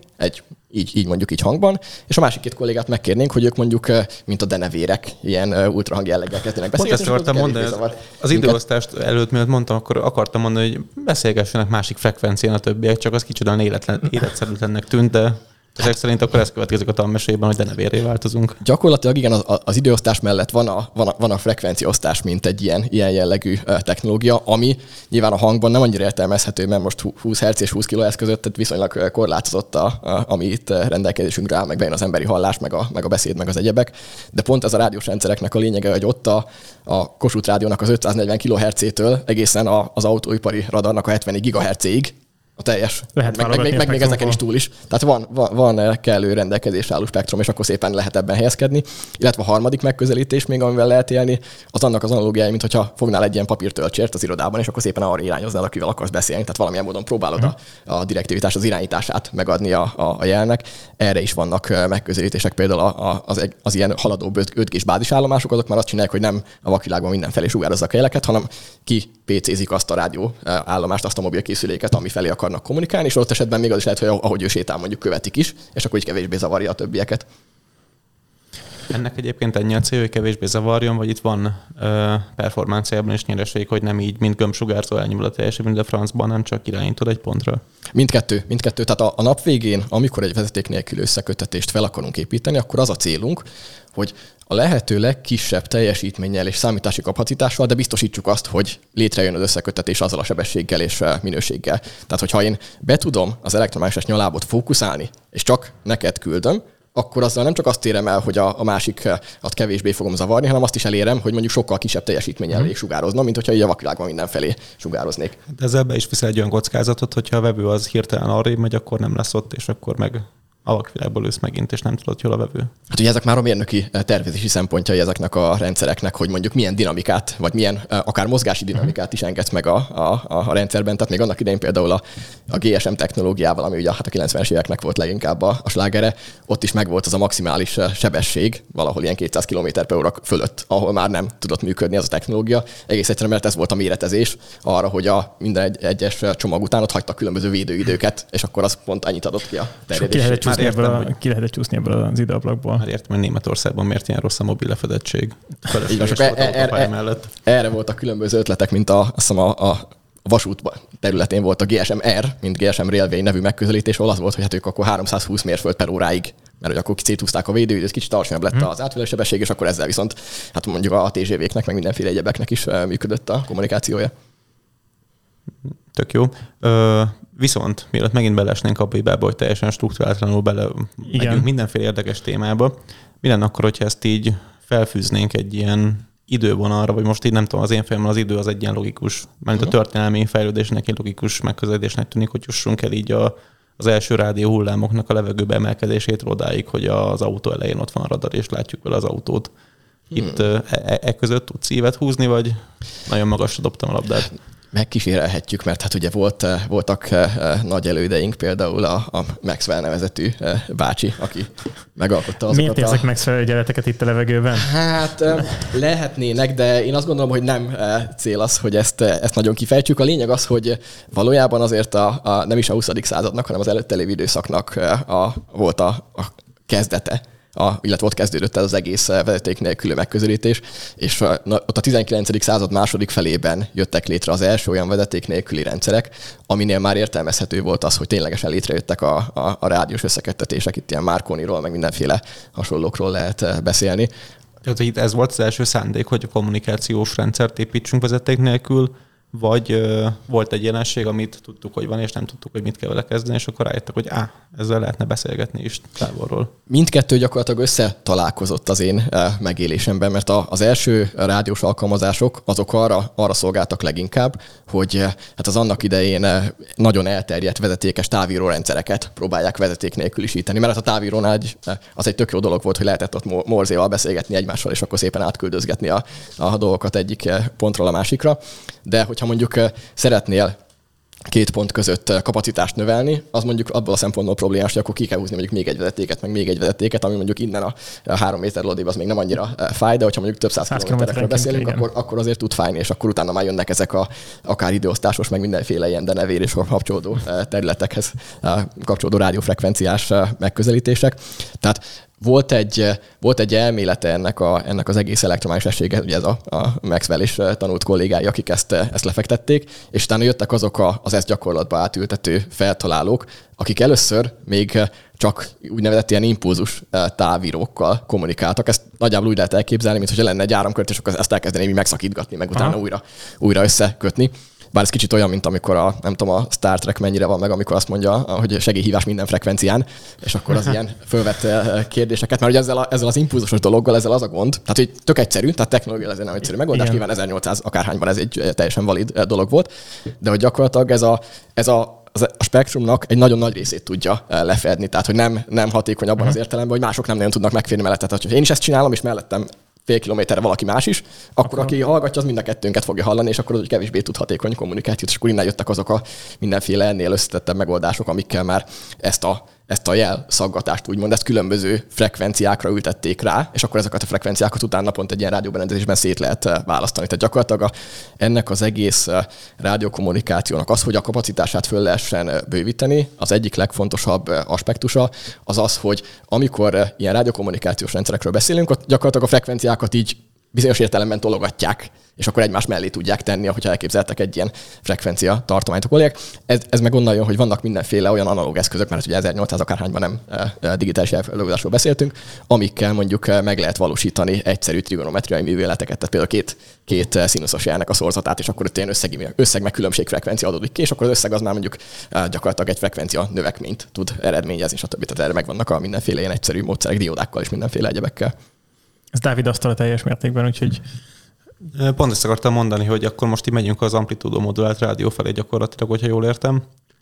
így mondjuk így hangban, és a másik két kollégát megkérnénk, hogy ők mondjuk, mint a denevérek, ilyen ultrahang jelleggel kezdenek beszélgetni. Pont ezt akartam mondani, az időosztást előtt, miatt mondtam, akkor akartam mondani, hogy beszélgessenek másik frekvencián a többiek, csak az kicsodan életszerűtlennek tűnt, de ezek szerint akkor ez következik a tanmesében, hogy denevérré változunk. Gyakorlatilag igen, az időosztás mellett van a frekvenciaosztás, mint egy ilyen jellegű technológia, ami nyilván a hangban nem annyira értelmezhető, mert most 20 Hz és 20 kHz között tehát viszonylag korlátozott, ami itt rendelkezésünkre áll, meg bejön az emberi hallás, meg a beszéd, meg az egyebek. De pont ez a rádiós rendszereknek a lényege, hogy ott a Kossuth rádiónak az 540 kHz-től egészen az autóipari radarnak a 70 GHz-ig, a teljes, meg még ezeken is túl is. Tehát van kellő rendelkezésre álló spektrum, és akkor szépen lehet ebben helyezkedni. Illetve a harmadik megközelítés még, amivel lehet élni, az annak az analógiája, mint hogyha fognál egy ilyen papírtöltsért az irodában, és akkor szépen arra irányoznál, akivel akarsz beszélni. Tehát valamilyen módon próbálod a direktivitás, az irányítását megadni a jelnek. Erre is vannak megközelítések, például az ilyen haladó 5G-s bázisállomások, azok már azt csinálják, hogy nem a vakvilágban mindenfelé sugározzak a jeleket, hanem ki PC-zik azt a rádió állomást, azt a mobil készüléket, ami felé akarnak kommunikálni, és ott esetben még az is lehet, hogy ahogy ő sétál, mondjuk követik is, és akkor így kevésbé zavarja a többieket. Ennek egyébként ennyi a cél, hogy kevésbé zavarjon, vagy itt van performanciában is nyereség, hogy nem így, mint gömbsugárzó elnyomul a teljesítmény, de francban, nem csak irányítod egy pontra? Mindkettő. Tehát a nap végén, amikor egy vezeték nélkül összeköttetést fel akarunk építeni, akkor az a célunk, hogy a lehető legkisebb teljesítménnyel és számítási kapacitással, de biztosítsuk azt, hogy létrejön az összeköttetés azzal a sebességgel és minőséggel. Tehát, hogyha én be tudom az elektromágneses nyalábot fókuszálni, és csak neked küldöm, akkor azzal nem csak azt érem el, hogy a másikat kevésbé fogom zavarni, hanem azt is elérem, hogy mondjuk sokkal kisebb teljesítménnyel elég sugároznom, mint hogyha így a vakvilágban mindenfelé sugároznék. De ezzel be is viszel egy olyan kockázatot, hogyha a vevő az hirtelen arrébb megy, akkor nem lesz ott, és akkor meg a vakvilágból ősz megint, és nem tudod, jól a vevő. Hát ugye ezek már a mérnöki tervezési szempontjai ezeknek a rendszereknek, hogy mondjuk milyen dinamikát, vagy milyen akár mozgási dinamikát is engedsz meg a rendszerben. Tehát még annak idején például a GSM technológiával, ami ugye a 90-es éveknek volt leginkább a slágere, ott is megvolt az a maximális sebesség, valahol ilyen 200 km/h fölött, ahol már nem tudott működni ez a technológia. Egész egyszerűen, mert ez volt a méretezés arra, hogy minden egyes csomag után ott hagytak különböző védőidőket, és akkor az pont annyit adott ki a terjedését. Ki lehetett csúszni ebből az időablakból. Hát értem, hogy Németországban miért ilyen rossz a mobil lefedettség. Erre voltak különböző ötletek, mint a vasút területén volt a GSM-R, mint GSM Railway nevű megközelítés, ahol az volt, hogy hát ők akkor 320 mérföld per óráig, mert hogy akkor széthúzták a védőidőt, kicsit alacsonyabb lett az átvilő sebesség, és akkor ezzel viszont hát mondjuk a TGV-knek, meg mindenféle egyebeknek is működött a kommunikációja. Tök jó. Viszont mielőtt megint belesnénk abba hibába, hogy teljesen struktúrálatlanul megyünk mindenféle érdekes témába, mi lenne akkor, hogyha ezt így felfűznénk egy ilyen idővonalra, vagy most így nem tudom, az én fejemben az idő az egy ilyen logikus, mert a történelmi fejlődésnek egy logikus megközelítésnek tűnik, hogy jussunk el így az első rádió hullámoknak a levegőbe emelkedésétől odáig, hogy az autó elején ott van a radar, és látjuk vele az autót. Itt között tudsz szívet húzni, vagy nagyon magasra dobtam a labdát? Megkísérelhetjük, mert hát ugye voltak nagy elődeink, például a Maxwell nevezetű bácsi, aki megalkotta azokat. Miért érzek Maxwell egyenleteket itt a levegőben? Hát lehetnének, de én azt gondolom, hogy nem cél az, hogy ezt nagyon kifejtsük. A lényeg az, hogy valójában azért nem is a 20. századnak, hanem az előtte lévő időszaknak volt a kezdete, illetve ott kezdődött ez az egész vezeték nélküli megközelítés, és ott a 19. század második felében jöttek létre az első olyan vezeték nélküli rendszerek, aminél már értelmezhető volt az, hogy ténylegesen létrejöttek a rádiós összeköttetések, itt ilyen Marconiról, meg mindenféle hasonlókról lehet beszélni. Tehát itt ez volt az első szándék, hogy a kommunikációs rendszert építsünk vezeték nélkül, vagy volt egy jelenség, amit tudtuk, hogy van, és nem tudtuk, hogy mit kell vele kezdeni, és akkor rájöttek, hogy ezzel lehetne beszélgetni is távolról. Mindkettő gyakorlatilag összetalálkozott az én megélésemben, mert az első rádiós alkalmazások azok arra szolgáltak leginkább, hogy hát az annak idején nagyon elterjedt vezetékes távíró rendszereket próbálják vezeték nélkülisíteni, mert hát a távírónál az egy tök jó dolog volt, hogy lehetett ott morzéval beszélgetni egymással, és akkor szépen átküldözgetni a dolgokat egyik pontról a másikra. De hogyha mondjuk szeretnél két pont között kapacitást növelni, az mondjuk abból a szempontból problémás, hogy akkor ki kell húzni mondjuk még egy vezetéket, meg még egy vezetéket, ami mondjuk innen a 3 méter lodébb az még nem annyira fáj, de hogyha mondjuk több száz kilométerekről beszélünk, akkor azért tud fájni, és akkor utána már jönnek ezek akár időosztásos, meg mindenféle ilyen denevér és kapcsolódó területekhez kapcsolódó rádiófrekvenciás megközelítések. Tehát volt egy elmélete ennek az egész elektromágnesessége, ugye ez a Maxwell is tanult kollégái, akik ezt lefektették, és utána jöttek azok az ezt gyakorlatba átültető feltalálók, akik először még csak úgynevezett ilyen impulzus távírókkal kommunikáltak. Ezt nagyjából úgy lehet elképzelni, mintha lenne egy áramkört, és akkor ezt elkezdeném megszakítgatni, meg utána újra összekötni. Bár ez kicsit olyan, mint amikor nem tudom, a Star Trek mennyire van meg, amikor azt mondja, hogy segélyhívás minden frekvencián, és akkor az ilyen fölvett kérdéseket, mert ugye ezzel az impulzusos dologgal, ezzel az a gond, tehát hogy tök egyszerű, tehát technológia ezért nem egyszerű megoldás, nyilván 1800 akárhányban ez egy teljesen valid dolog volt, de hogy gyakorlatilag ez a spektrumnak egy nagyon nagy részét tudja lefedni, tehát hogy nem hatékony abban az értelemben, hogy mások nem nagyon tudnak megférni mellette. Tehát, hogy én is ezt csinálom, és mellettem fél kilométerre valaki más is, akkor aki hallgatja, az mind a kettőnket fogja hallani, és akkor az kevésbé tud hatékony kommunikációt, és akkor innen jöttek azok a mindenféle ennél összetettebb megoldások, amikkel már ezt a jelszaggatást úgymond, ezt különböző frekvenciákra ültették rá, és akkor ezeket a frekvenciákat utána pont egy ilyen rádióberendezésben szét lehet választani. Tehát gyakorlatilag ennek az egész rádiókommunikációnak az, hogy a kapacitását föl lehessen bővíteni, az egyik legfontosabb aspektusa az az, hogy amikor ilyen rádiókommunikációs rendszerekről beszélünk, ott gyakorlatilag a frekvenciákat így bizonyos értelemben tologatják, és akkor egymás mellé tudják tenni, ahogyha elképzeltek egy ilyen frekvencia tartományt a kollégák. Ez meg onnan jön, hogy vannak mindenféle olyan analóg eszközök, mert ugye 1800 akárhányban nem digitális jelfeldolgozásról beszéltünk, amikkel mondjuk meg lehet valósítani egyszerű trigonometriai műveleteket, tehát például két színuszos jelnek a szorzatát, és akkor ott ilyen összeg meg különbségfrekvencia adódik ki, és akkor az összeg az már mondjuk gyakorlatilag egy frekvencia növekményt tud eredményezni, stb. Tehát erre megvannak a mindenféle ilyen egyszerű módszerek, diódákkal és mindenféle egyebekkel. Ez Dávid asztala teljes mértékben, úgyhogy... Pont ezt akartam mondani, hogy akkor most így megyünk az amplitúdó modulált rádió felé gyakorlatilag, hogyha jól értem,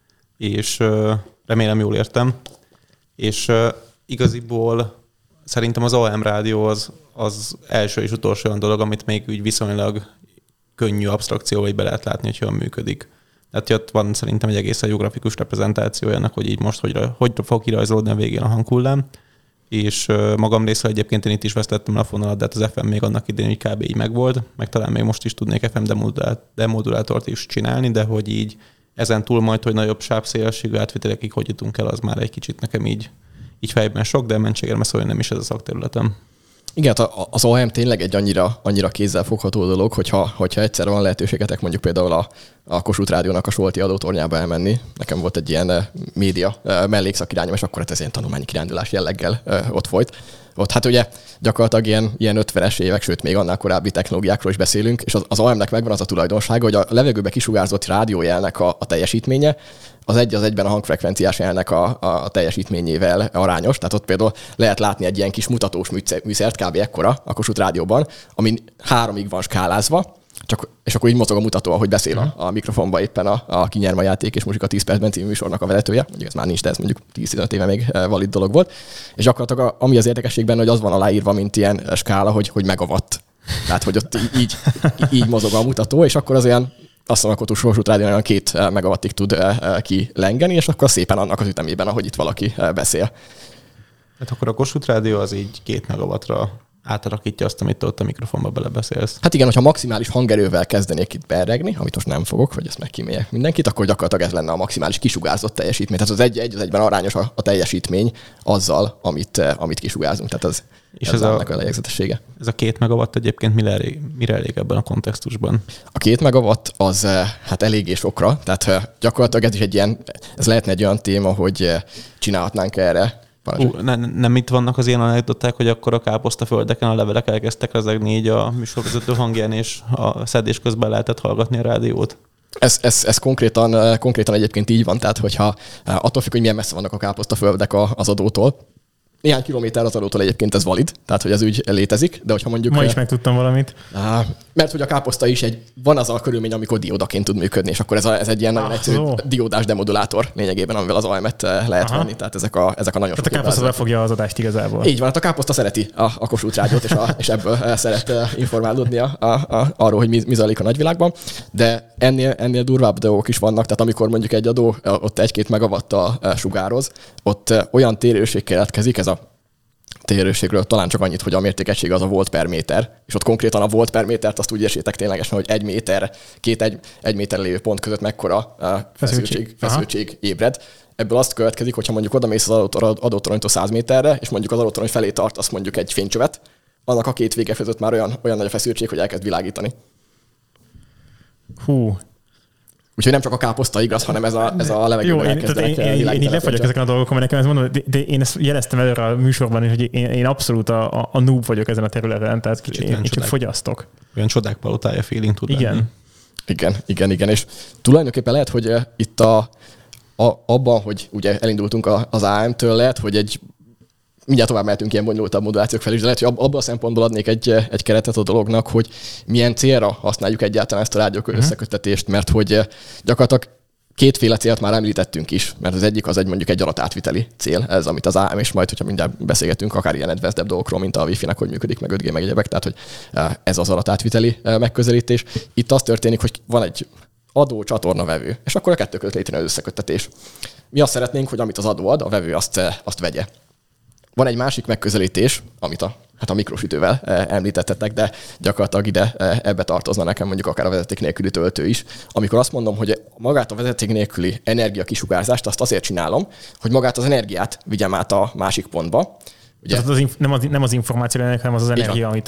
és remélem jól értem, és igaziból szerintem az AM rádió az első és utolsó olyan dolog, amit még úgy viszonylag könnyű absztrakcióval be lehet látni, hogy jól működik. Tehát ott van szerintem egy egészen geografikus reprezentációja ennek, hogy így most hogy fog kirajzolódni a végén a hanghullám, és magam részről egyébként én itt is vesztettem a fonalat, de hát az FM még annak idején hogy kb. Így megvolt, meg talán még most is tudnék FM demodulátort is csinálni, de hogy így ezen túl majd, hogy nagyobb sávszélességű átvételekig hogy jutunk el, az már egy kicsit nekem így fejben sok, de mentségemre szólni nem is ez a szakterületem. Igen, az OM tényleg egy annyira kézzelfogható dolog, hogyha egyszer van lehetőségetek mondjuk például a Kossuth Rádiónak a Solti adótornyába elmenni. Nekem volt egy ilyen média mellékszakirányom, és akkor ez ilyen tanulmányi kirándulás jelleggel ott folyt. Ott hát ugye gyakorlatilag ilyen 50-es évek, sőt még annál korábbi technológiákról is beszélünk, és az AM-nek megvan az a tulajdonsága, hogy a levegőbe kisugárzott rádiójelnek a teljesítménye az egyben a hangfrekvenciás jelnek a teljesítményével arányos. Tehát ott például lehet látni egy ilyen kis mutatós műszert, kb. Ekkora a Kossuth Rádióban, ami 3-ig van skálázva, és akkor így mozog a mutató, ahogy beszél a mikrofonba éppen a Kinyerma játék és muzsika 10 percben című műsornak a vezetője. Mondjuk ez már nincs, de ez mondjuk 10-15 éve még valid dolog volt. És gyakorlatilag ami az érdekesség benne, hogy az van aláírva, mint ilyen skála, hogy megawatt. Tehát, hogy ott így mozog a mutató, és akkor az olyan azt mondom, hogy a Kossuth Rádiónál 2 megawattig tud kilengeni, és akkor szépen annak az ütemében, ahogy itt valaki beszél. Hát akkor a Kossuth Rádió az így 2 megawattra átalakítja azt, amit ott a mikrofonba belebeszélsz. Hát igen, hogyha maximális hangerővel kezdenék itt berregni, amit most nem fogok, hogy ezt megkíméljek mindenkit, akkor gyakorlatilag ez lenne a maximális kisugárzott teljesítmény. Tehát az egyben arányos a teljesítmény azzal, amit kisugárzunk. Tehát ez a lejegyzetessége. Ez a 2 megawatt egyébként mire elég ebben a kontextusban? A 2 megawatt az hát eléggé sokra, tehát gyakorlatilag ez is ez lehetne egy olyan téma, hogy csinálhatnánk erre. Nem itt vannak az ilyen anekdoták, hogy akkor a káposztaföldeken a levelek elkezdtek rezegni így a műsorvezető hangján, és a szedés közben lehetett hallgatni a rádiót? Ez konkrétan egyébként így van, tehát hogyha attól függ, hogy milyen messze vannak a káposztaföldek az adótól. Néhány kilométer az adótól egyébként ez valid, tehát hogy ez úgy létezik, de hogyha mondjuk... Ma is megtudtam valamit. Mert hogy a káposzta is van az a körülmény, amikor diódaként tud működni, és akkor ez egy ilyen nagyon egyszerű diódás demodulátor lényegében, amivel az AM-et lehet venni, tehát ezek a nagyon sok. Tehát a káposzta befogja az adást igazából. Így van, hát a káposzta szereti a Kossuth Rádiót, és ebből szeret informálódni arról, hogy mi zajlik a nagyvilágban, de ennél durvább dolgok is vannak, tehát amikor mondjuk egy adó ott 1-2 megawattal sugároz, ott olyan térőség keletkezik, ez a térőségről talán csak annyit, hogy a mértékegység az a volt per méter, és ott konkrétan a volt per métert azt úgy érsétek ténylegesen, hogy 1 méter, egy méter lévő pont között mekkora feszültség ébred. Ebből azt következik, hogyha mondjuk odamész az adótoronytól 100 méterre, és mondjuk az adótorony felé tartasz mondjuk egy fénycsövet, annak a 2 vége között már olyan nagy a feszültség, hogy elkezd világítani. Hú. Úgyhogy nem csak a káposzta igaz, hanem ez a levegőben elkezdenek világítani. Én így lefagyok ezeken a dolgokon, mert nekem ezt mondom, de én ezt jeleztem előre a műsorban, hogy én abszolút a noob vagyok ezen a területen, tehát én csak fogyasztok. Olyan csodák palotája feeling tud lenni. Igen. És tulajdonképpen lehet, hogy itt abban, hogy ugye elindultunk az AM-től, lehet, hogy mindjárt tovább mehetünk ilyen bonyolultabb modulációk felé, de lehet, hogy abban a szempontból adnék egy keretet a dolognak, hogy milyen célra használjuk egyáltalán ezt a rádiók összeköttetést, mert hogy gyakorlatilag 2 célt már említettünk is, mert az egyik az mondjuk egy adatátviteli cél, ez amit az AM, és majd, hogyha mindjárt beszélgetünk akár ilyen advanced dolgokról, mint a Wi-Fi-nek, hogy működik, meg 5G, meg egyebek, tehát hogy ez az adatátviteli megközelítés. Itt az történik, hogy van egy adó, csatorna, vevő, és akkor a 2 között létrejön az összeköttetés. Mi azt szeretnénk, hogy amit az adó ad, a vevő azt vegye. Van egy másik megközelítés, amit a mikrosütővel említettetek, de gyakorlatilag ebbe tartozna nekem mondjuk akár a vezeték nélküli töltő is. Amikor azt mondom, hogy magát a vezeték nélküli energiakisugárzást azt azért csinálom, hogy magát az energiát vigyem át a másik pontba. Ugye? Tehát nem az információ, hanem az energia, amit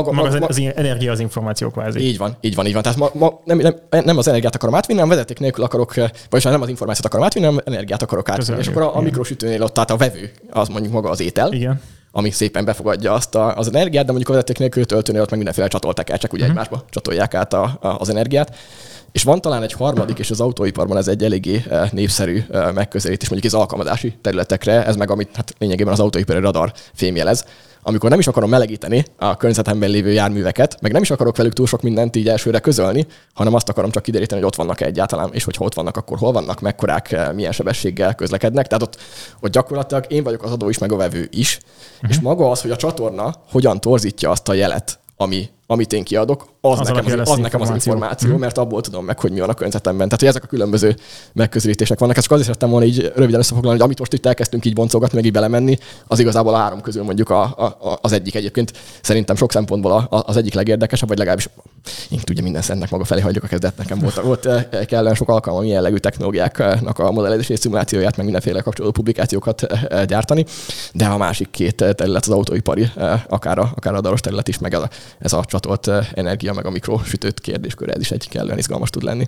az energia az információ kvázi. Így van. Tehát nem az energiát akarom átvinni, hanem vezeték nélkül akarok, vagyis nem az információt akarom átvinni, hanem energiát akarok átvinni. És akkor a mikrosütőnél ott, tehát a vevő, az mondjuk maga az étel. Igen. Ami szépen befogadja azt az energiát, de mondjuk a vezeték nélkül töltőnél ott meg mindenféle csatoltekercsek, ugye egymásba csatolják át az energiát. És van talán egy harmadik, és az autóiparban ez egy eléggé népszerű megközelítés, mondjuk az alkalmazási területekre, ez meg amit hát lényegében az autóipari radar fémjelez. Amikor nem is akarom melegíteni a környezetemben lévő járműveket, meg nem is akarok velük túl sok mindent így elsőre közölni, hanem azt akarom csak kideríteni, hogy ott vannak egyáltalán, és hogyha ott vannak, akkor hol vannak, mekkorák, milyen sebességgel közlekednek. Tehát ott gyakorlatilag én vagyok az adó is, meg a vevő is. És maga az, hogy a csatorna hogyan torzítja azt a jelet, amit én kiadok, az nekem az információ, mert abból tudom meg, hogy mi van a környezetemben. Tehát, hogy ezek a különböző megközelítések vannak. Ezt csak azért szerettem volna így röviden összefoglalni, hogy amit most itt elkezdtünk így boncolgatni, meg így belemenni, az igazából a 3 közül mondjuk az egyik egyébként. Szerintem sok szempontból az egyik legérdekesebb, vagy legalábbis én tudja, minden szentnek maga felé hagyjuk a kezdet. Nekem volt kellően sok alkalmam ilyen jellegű technológiáknak a modellezés és szimulációját, meg mindenféle kapcsolódó publikációkat gyártani. De a másik 2 terület az autóipari, akár a daros terület is, meg ez a csatolt energia, meg a mikrosütőt kérdéskör, ez is egy kellően izgalmas tud lenni.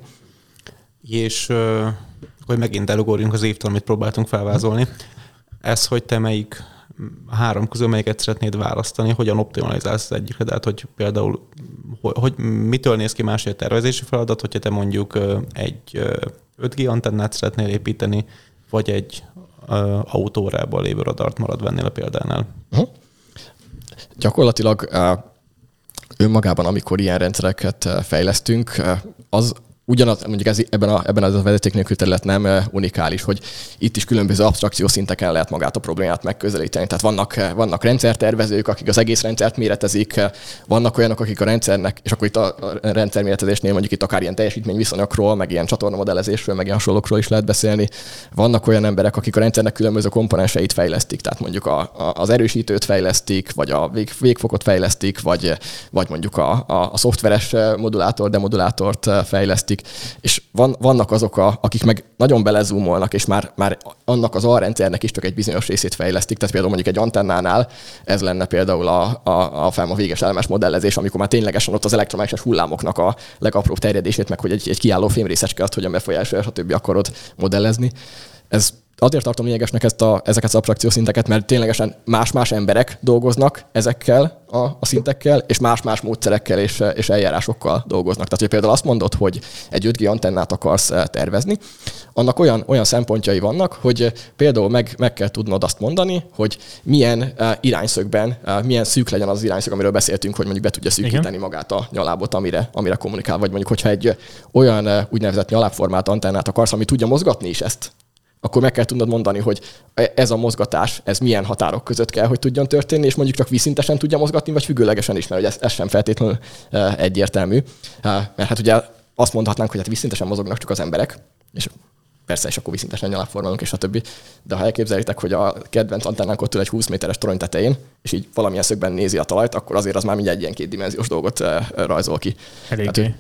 És hogy megint elugorjunk az évtől, amit próbáltunk felvázolni. Ez, hogy te melyik a három közül melyiket szeretnéd választani, hogyan optimalizálsz az egyikre, tehát hogy például hogy mitől néz ki más egy tervezési feladat, hogyha te mondjuk egy 5G antennát szeretnél építeni, vagy egy autóórában lévő radart marad vennél a példánál. Gyakorlatilag önmagában, amikor ilyen rendszereket fejlesztünk, az ugyanaz, mondjuk ebben az a vezeték nélkül terület nem unikális, hogy itt is különböző abstrakció szinteken lehet magát a problémát megközelíteni. Tehát vannak rendszertervezők, akik az egész rendszert méretezik, vannak olyanok, akik a rendszernek, és akkor itt a rendszerméretezésnél mondjuk itt akár ilyen teljesítményviszonyokról, meg ilyen csatornamodellezésről, meg ilyen hasonlókról is lehet beszélni. Vannak olyan emberek, akik a rendszernek különböző komponenseit fejlesztik, tehát mondjuk az erősítőt fejlesztik, vagy a végfokot fejlesztik, vagy mondjuk a szoftveres modulátor, demodulátort fejlesztik. És vannak azok, akik meg nagyon belezúmolnak, és már annak az alrendszernek is csak egy bizonyos részét fejlesztik. Tehát például mondjuk egy antennánál ez lenne például a véges elemes modellezés, amikor már ténylegesen ott az elektromágneses hullámoknak a legapróbb terjedését, meg hogy egy kiálló fémrészecske azt hogyan befolyásolja, stb. Akarod modellezni. Ez azért tartom lényegesnek ezeket az abstrakció szinteket, mert ténylegesen más-más emberek dolgoznak ezekkel a szintekkel, és más-más módszerekkel és eljárásokkal dolgoznak. Tehát, hogy például azt mondod, hogy egy 5G antennát akarsz tervezni, annak olyan szempontjai vannak, hogy például meg kell tudnod azt mondani, hogy milyen irányszögben, milyen szűk legyen az irányszög, amiről beszéltünk, hogy mondjuk be tudja szűkíteni magát a nyalábot, amire kommunikál. Vagy mondjuk, hogyha egy olyan úgynevezett nyalábformált antennát akarsz, ami tudja mozgatni is ezt, akkor meg kell tudnod mondani, hogy ez a mozgatás, ez milyen határok között kell, hogy tudjon történni, és mondjuk csak vízszintesen tudja mozgatni, vagy függőlegesen is, mert ez sem feltétlenül egyértelmű. Mert hát ugye azt mondhatnánk, hogy hát vízszintesen mozognak csak az emberek, és persze, és akkor vízszintesen nyalábformálunk, és a többi. De ha elképzelitek, hogy a kedvenc antennánk ott ül egy 20 méteres torony tetején, és így valamilyen szögben nézi a talajt, akkor azért az már mindjárt egy ilyen kétdimenziós dolgot rajzol ki. Eléggé.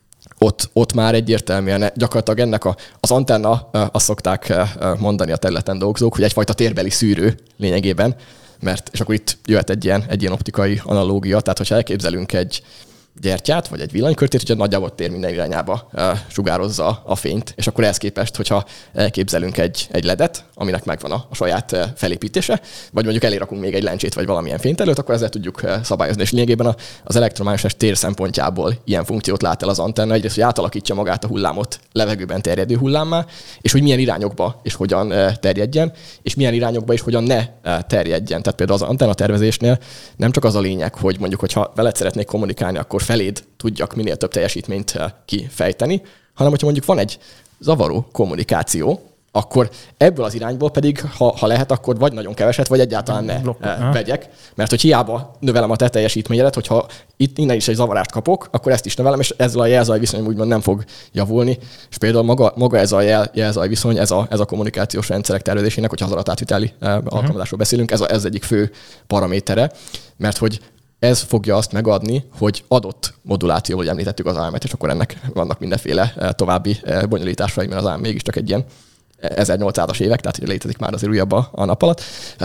Ott már egyértelműen gyakorlatilag ennek az antenna, azt szokták mondani a területen dolgozók, hogy egyfajta térbeli szűrő lényegében, és akkor itt jöhet egy ilyen optikai analógia, tehát hogyha elképzelünk egy gyertyát, vagy egy villanykörtét, hogyha nagyjából tér minden irányába sugározza a fényt, és akkor ehhez képest, hogyha elképzelünk egy ledet, aminek megvan a saját felépítése, vagy mondjuk elérakunk még egy lencsét, vagy valamilyen fényterőt, akkor ezzel tudjuk szabályozni. És lényegében az elektromágneses tér szempontjából ilyen funkciót lát el az antenna, egyrészt, hogy átalakítja magát a hullámot levegőben terjedő hullámmá, és hogy milyen irányokba és hogyan terjedjen, és milyen irányokba és hogyan ne terjedjen. Tehát például az antenna tervezésnél nem csak az a lényeg, hogy mondjuk, hogyha veled szeretnék kommunikálni, akkor feléd tudjak minél több teljesítményt kifejteni, hanem hogyha mondjuk van egy zavaró kommunikáció, akkor ebből az irányból pedig, ha lehet, akkor vagy nagyon keveset, vagy egyáltalán ne vegyek, mert hogy hiába növelem a te teljesítményedet, hogyha itt innen is egy zavarást kapok, akkor ezt is növelem, és ezzel a jelzaj viszony úgymond nem fog javulni. És például maga ez a jelzaj viszony, ez a kommunikációs rendszerek tervezésének, hogyha az adatátviteli alkalmazásról beszélünk, ez egyik fő paramétere, mert hogy ez fogja azt megadni, hogy adott moduláció, hogy említettük az ARM-et, és akkor ennek vannak mindenféle további bonyolításai, mert az ARM mégiscsak egy ilyen 1800-as évek, tehát létezik már azért újabb a nap alatt.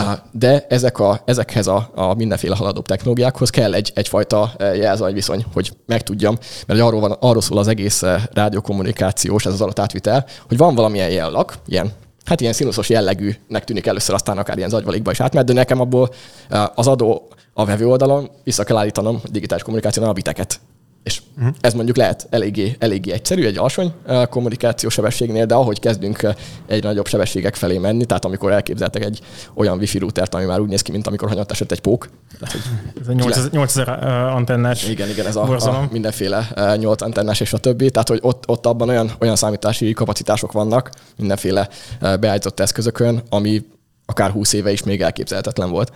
De ezekhez a mindenféle haladóbb technológiákhoz kell egyfajta jelzajviszony, hogy megtudjam, mert arról szól az egész rádiókommunikációs, ez az adatátvitel, hogy van valamilyen jellag, ilyen színuszos jellegűnek tűnik először, aztán akár ilyen zagyvalékba is átmegy, de nekem abból az adó a vevő oldalon vissza kell állítanom digitális kommunikációnál a biteket. És ez mondjuk lehet eléggé egyszerű, egy alacsony kommunikációs sebességnél, de ahogy kezdünk egyre nagyobb sebességek felé menni, tehát amikor elképzeltek egy olyan wifi routert, ami már úgy néz ki, mint amikor hanyatt esett egy pók. Tehát, ez a 8000 antennás. Igen, ez a mindenféle 8 antennás és a többi. Tehát, hogy ott abban olyan számítási kapacitások vannak, mindenféle beállított eszközökön, ami akár 20 éve is még elképzelhetetlen volt.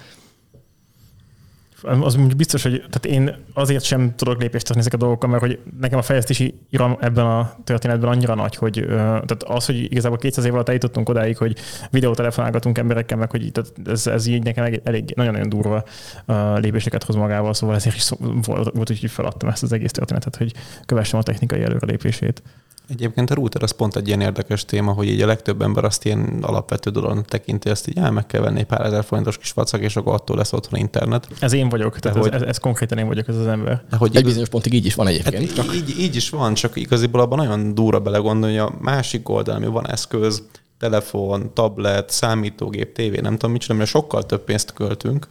Az biztos, hogy tehát én azért sem tudok lépést tenni ezek a dolgokkal, mert hogy nekem a fejlesztési iram ebben a történetben annyira nagy, hogy tehát az, hogy igazából 200 év alatt eljutottunk odáig, hogy videótelefonálgatunk emberekkel, meg hogy ez így nekem elég nagyon-nagyon durva lépéseket hoz magával, szóval ezért is volt, hogy feladtam ezt az egész történetet, hogy kövessem a technikai előrelépését. Egyébként a router az pont egy ilyen érdekes téma, hogy így a legtöbb ember azt ilyen alapvető dolognak tekinti, ezt így meg kell venni egy pár ezer forintos kis vacak, és akkor attól lesz otthon internet. Ez én vagyok, tehát ez konkrétan én vagyok, ez az ember. Egy bizonyos pontig így is van egyébként. Hát így is van, csak igaziból abban nagyon durva belegondolni, hogy a másik oldalon, ami van eszköz, telefon, tablet, számítógép, tévé, nem tudom micsoda, mert sokkal több pénzt költünk,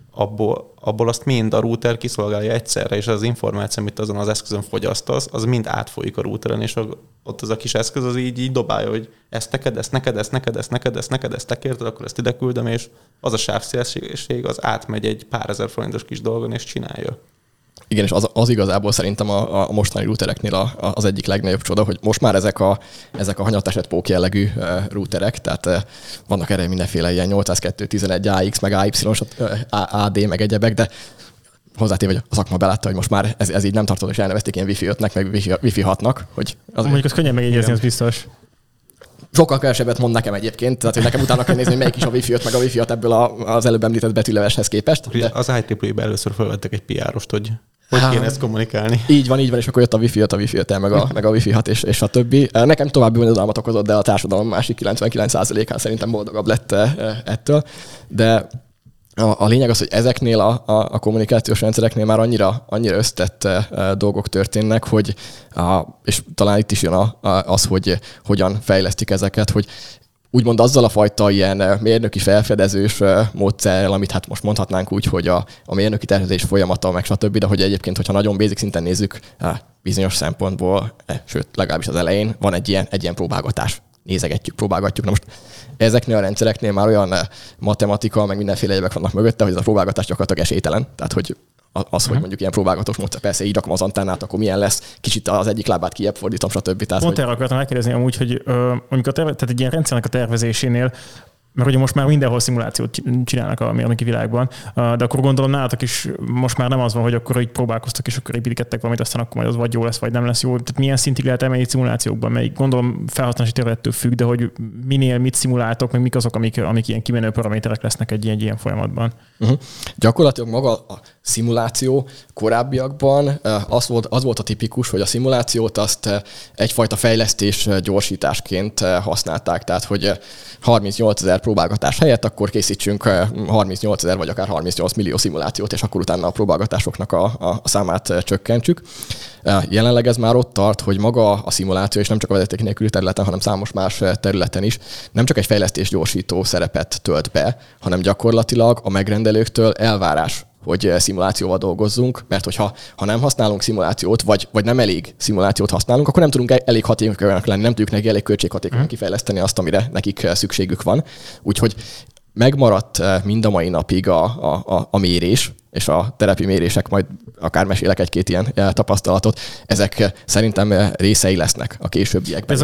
abból azt mind a router kiszolgálja egyszerre, és az információ, amit azon az eszközön fogyasztasz, az mind átfolyik a routeren, és ott az a kis eszköz az így dobálja, hogy ezt neked, ezt neked, ezt neked, ezt neked, ezt neked, ezt te kérted, akkor ezt ide küldöm, és az a sávszélesség az átmegy egy pár ezer forintos kis dolgon, és csinálja. Igen, és az igazából szerintem a mostani routereknél az egyik legnagyobb csoda, hogy most már ezek a hanyatesett pók jellegű routerek, tehát vannak erre mindenféle ilyen 802.11ax, meg AY, AD, meg egyebek, de hozzátéve, hogy a szakma belátta, hogy most már ez így nem tartod, és elnevezték ilyen Wi-Fi 5-nek, meg Wi-Fi 6-nak. Mondjuk az könnyen megjegyezni, az biztos. Sokkal kevesebbet mond nekem egyébként, tehát hogy nekem utána kell nézni, hogy melyik is a Wi-Fi 5, meg a Wi-Fi 6 ebből az előbb említett betűleveshez képest. De... Az IEEE-be először felvettek egy PR-ost, hogy kéne ezt kommunikálni. Így van, és akkor jött a Wi-Fi 5, a Wi-Fi 5, meg a Wi-Fi 6 és a többi. Nekem további bonyodalmat okozott, de a társadalom másik 99%-án szerintem boldogabb lett ettől. De a lényeg az, hogy ezeknél a kommunikációs rendszereknél már annyira összetett dolgok történnek, hogy és talán itt is jön az, hogy hogyan fejlesztik ezeket, hogy úgymond azzal a fajta ilyen mérnöki felfedezős módszerrel, amit hát most mondhatnánk úgy, hogy a mérnöki tervezés folyamata, meg stb., de hogy egyébként, hogyha nagyon basic szinten nézzük, bizonyos szempontból, sőt, legalábbis az elején van egy ilyen próbálgatás. Nézegetjük, próbálgatjuk. Na most ezeknél a rendszereknél már olyan matematika, meg mindenféle egyebek vannak mögötte, hogy ez a próbálgatás gyakorlatilag esélytelen. Tehát, hogy hogy mondjuk ilyen próbálgatós módszer, persze így rakom az antennát, akkor milyen lesz, kicsit az egyik lábát kijebb fordítom, stb. Pont erre akartam megkérdezni amúgy, hogy amikor tehát egy ilyen rendszernek a tervezésénél, mert ugye most már mindenhol szimulációt csinálnak a mérnöki világban, de akkor gondolom nálatok is most már nem az van, hogy akkor így próbálkoztak, és akkor építgettek valamit, aztán akkor majd az vagy jó lesz, vagy nem lesz jó. Tehát milyen szintig lehet elmenni szimulációkban, melyik gondolom felhasználási területtől függ, de hogy minél mit szimuláltok, meg mik azok, amik ilyen kimenő paraméterek lesznek egy ilyen folyamatban. Gyakorlatilag maga a szimuláció korábbiakban az volt a tipikus, hogy a szimulációt azt egyfajta fejlesztés gyorsításként használták, tehát hogy 38 000 próbálgatás helyett akkor készítsünk 38 000 vagy akár 38 millió szimulációt, és akkor utána a próbálgatásoknak a számát csökkentsük. Jelenleg ez már ott tart, hogy maga a szimuláció, és nem csak a vezeték nélküli területen, hanem számos más területen is nem csak egy fejlesztés gyorsító szerepet tölt be, hanem gyakorlatilag a megrendelőktől elvárás, hogy szimulációval dolgozzunk, mert hogyha nem használunk szimulációt, vagy nem elég szimulációt használunk, akkor nem tudunk elég hatékonyak lenni, nem tudjuk neki elég költséghatékonyan kifejleszteni azt, amire nekik szükségük van. Úgyhogy megmaradt mind a mai napig a mérés, és a terepi mérések, majd akár mesélek egy-két ilyen tapasztalatot, ezek szerintem részei lesznek a későbbiekben.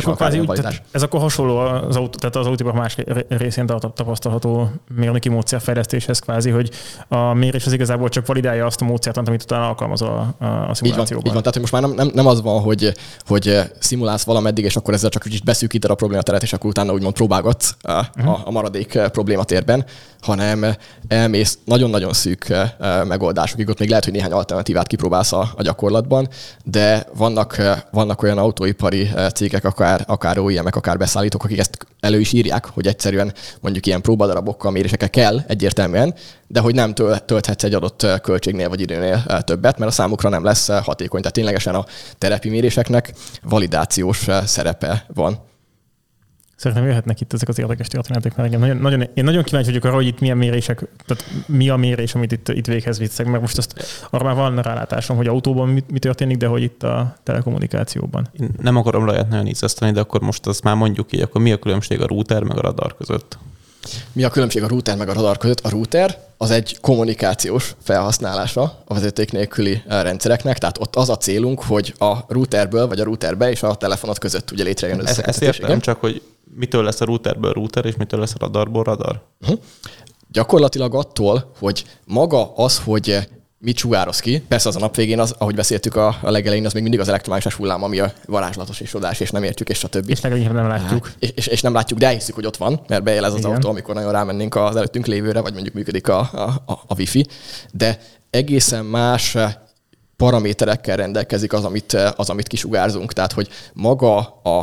Ez akkor hasonló tehát az autóban más részén tapasztalható mérnöki módszerfejlesztéshez kvázi, hogy a mérés az igazából csak validálja azt a módszert, amit utána alkalmazol a szimulációban. Így van, tehát hogy most már nem az van, hogy szimulálsz valameddig, és akkor ezzel csak kicsit beszűkíted a problémateret, és akkor utána úgymond próbálgatsz a maradék problématérben, hanem elmész nagyon-nagyon szűk megoldásokig, ott még lehet, hogy néhány alternatívát kipróbálsz a gyakorlatban, de vannak olyan autóipari cégek, akár OEM-ek, akár beszállítók, akik ezt elő is írják, hogy egyszerűen mondjuk ilyen próbadarabokkal, mérésekkel kell egyértelműen, de hogy nem tölthetsz egy adott költségnél vagy időnél többet, mert a számukra nem lesz hatékony. Tehát ténylegesen a terepi méréseknek validációs szerepe van. Szerintem jöhetnek itt ezek az érdekes történetek, mert én nagyon kíváncsi vagyok arra, hogy itt milyen mérések, tehát mi a mérés, amit itt véghez viszek, mert most arra már van rálátásom, hogy autóban mi történik, de hogy itt a telekommunikációban. Én nem akarom raját nagyon ízeszteni, de akkor most azt már mondjuk így, akkor mi a különbség a router meg a radar között? Mi a különbség a router meg a radar között? A router az egy kommunikációs felhasználása a vezeték nélküli rendszereknek, tehát ott az a célunk, hogy a routerből vagy a routerbe és a telefonot között ugye létrejön az összeköttetés. Ezt értem, csak hogy mitől lesz a routerből router, és mitől lesz a radarból radar? Gyakorlatilag attól, hogy maga az, hogy mit sugároz ki, persze az a nap végén, ahogy beszéltük a legelején, az még mindig az elektromágneses hullám, ami a varázslatos és csodás, és nem értjük, és a többi. És legalább nem látjuk. És nem látjuk, de elhiszük, hogy ott van, mert bejelez az autó, amikor nagyon rámennénk az előttünk lévőre, vagy mondjuk működik a Wi-Fi, de egészen más paraméterekkel rendelkezik az, amit kisugárzunk. Tehát, hogy maga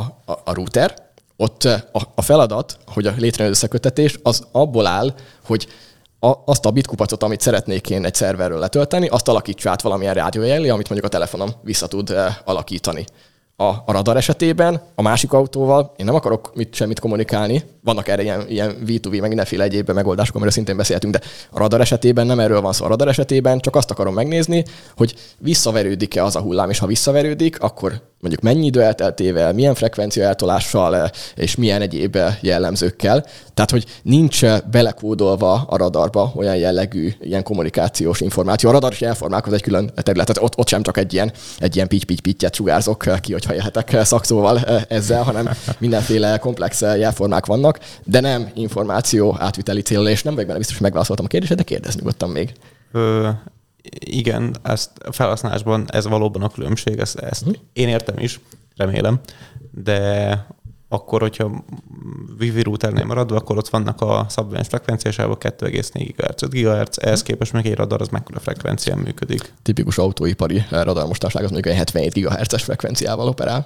a router, ott a feladat, hogy a létrejön összeköttetés, az abból áll, hogy azt a bitkupacot, amit szeretnék én egy szerverről letölteni, azt alakítsa át valamilyen rádiójellé, amit mondjuk a telefonom vissza tud alakítani. a radar esetében, a másik autóval én nem akarok semmit kommunikálni, vannak erre ilyen V2V, meg mindenféle egyéb megoldások, amiről szintén beszéltünk, de a radar esetében nem erről van szó. A radar esetében csak azt akarom megnézni, hogy visszaverődik-e az a hullám, és ha visszaverődik, akkor mondjuk mennyi idő elteltével, milyen frekvencia eltolással és milyen egyéb jellemzőkkel. Tehát, hogy nincs belekódolva a radarba olyan jellegű ilyen kommunikációs információ. A radar is jelformák, az egy külön terület, tehát ott sem csak egy ilyen pittyet sugárzok ki, hogyha élhetek szakszóval ezzel, hanem mindenféle komplex jelformák vannak, de nem információ átviteli célra, és nem vagyok benne biztos, hogy megválaszoltam a kérdést, de kérdezni nyugodtan még. Igen, ezt a felhasználásban ez valóban a különbség, ezt én értem is, remélem, de akkor, hogyha Wi-Fi routernél maradva, akkor ott vannak a szabványos frekvenciásában 2,4 GHz, 5 GHz, ehhez képest meg egy radar az mekkora frekvencián működik. Tipikus autóipari radar mostanság az mondjuk egy 77 GHz-es frekvenciával operál.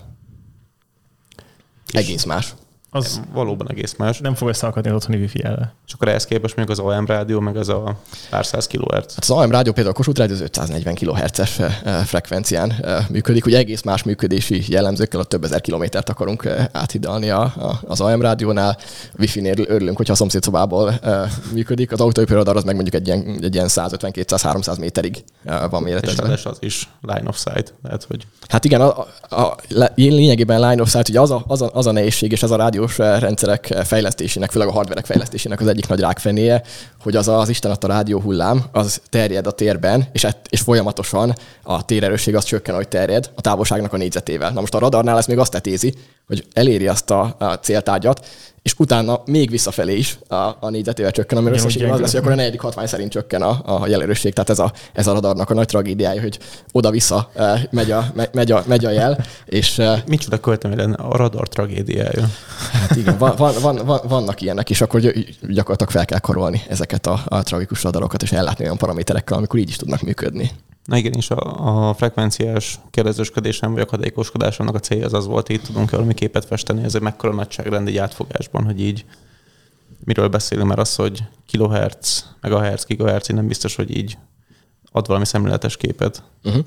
Egész más. Az valóban egész más. Nem fog összeakadni az otthoni Wi-Fi jellel. És akkor ehhez képest még az AM rádió, meg az a pár száz kHz. Hát az AM rádió például a Kossuth rádió az 540 kHz-es frekvencián működik. Ugye egész más működési jellemzőkkel, a több ezer kilométert akarunk áthidalni az AM rádiónál. Wi-Fi-nél örülünk, hogyha a szomszédszobából működik. Az autóipari radar az meg mondjuk egy ilyen 150-200-300 méterig van méretezve. És az is line of sight. Lehet, hogy... Hát igen, lényegében line of sight, ugye az a nehézség, és ez a rádiós rendszerek fejlesztésének, főleg a hardverek fejlesztésének az egyik nagy rákfenéje, hogy az Isten adta rádióhullám, az terjed a térben, és folyamatosan a térerősség az csökken, ahogy terjed a távolságnak a négyzetével. Na most a radarnál ez még azt tetézi, hogy eléri azt a céltárgyat, és utána még visszafelé is a négyzetével csökken, amiről összességében az lesz, hogy akkor a negyedik hatvány szerint csökken a jelerősség. Tehát ez a radarnak a nagy tragédiája, hogy oda-vissza megy a jel. És, micsoda költemény a radar tragédiája? Hát igen, vannak ilyenek, és akkor gyakorlatilag fel kell karolni ezeket a tragikus radarokat, és ellátni olyan paraméterekkel, amikor így is tudnak működni. Na igen, és a frekvenciás kérdezősködésem vagy akadékoskodásomnak a célja az volt, így tudunk valami képet festeni, ez egy mekkora nagyságrend egy átfogásban, hogy így miről beszélünk, mert az, hogy kilohertz, megahertz, gigahertz, nem biztos, hogy így ad valami szemléletes képet.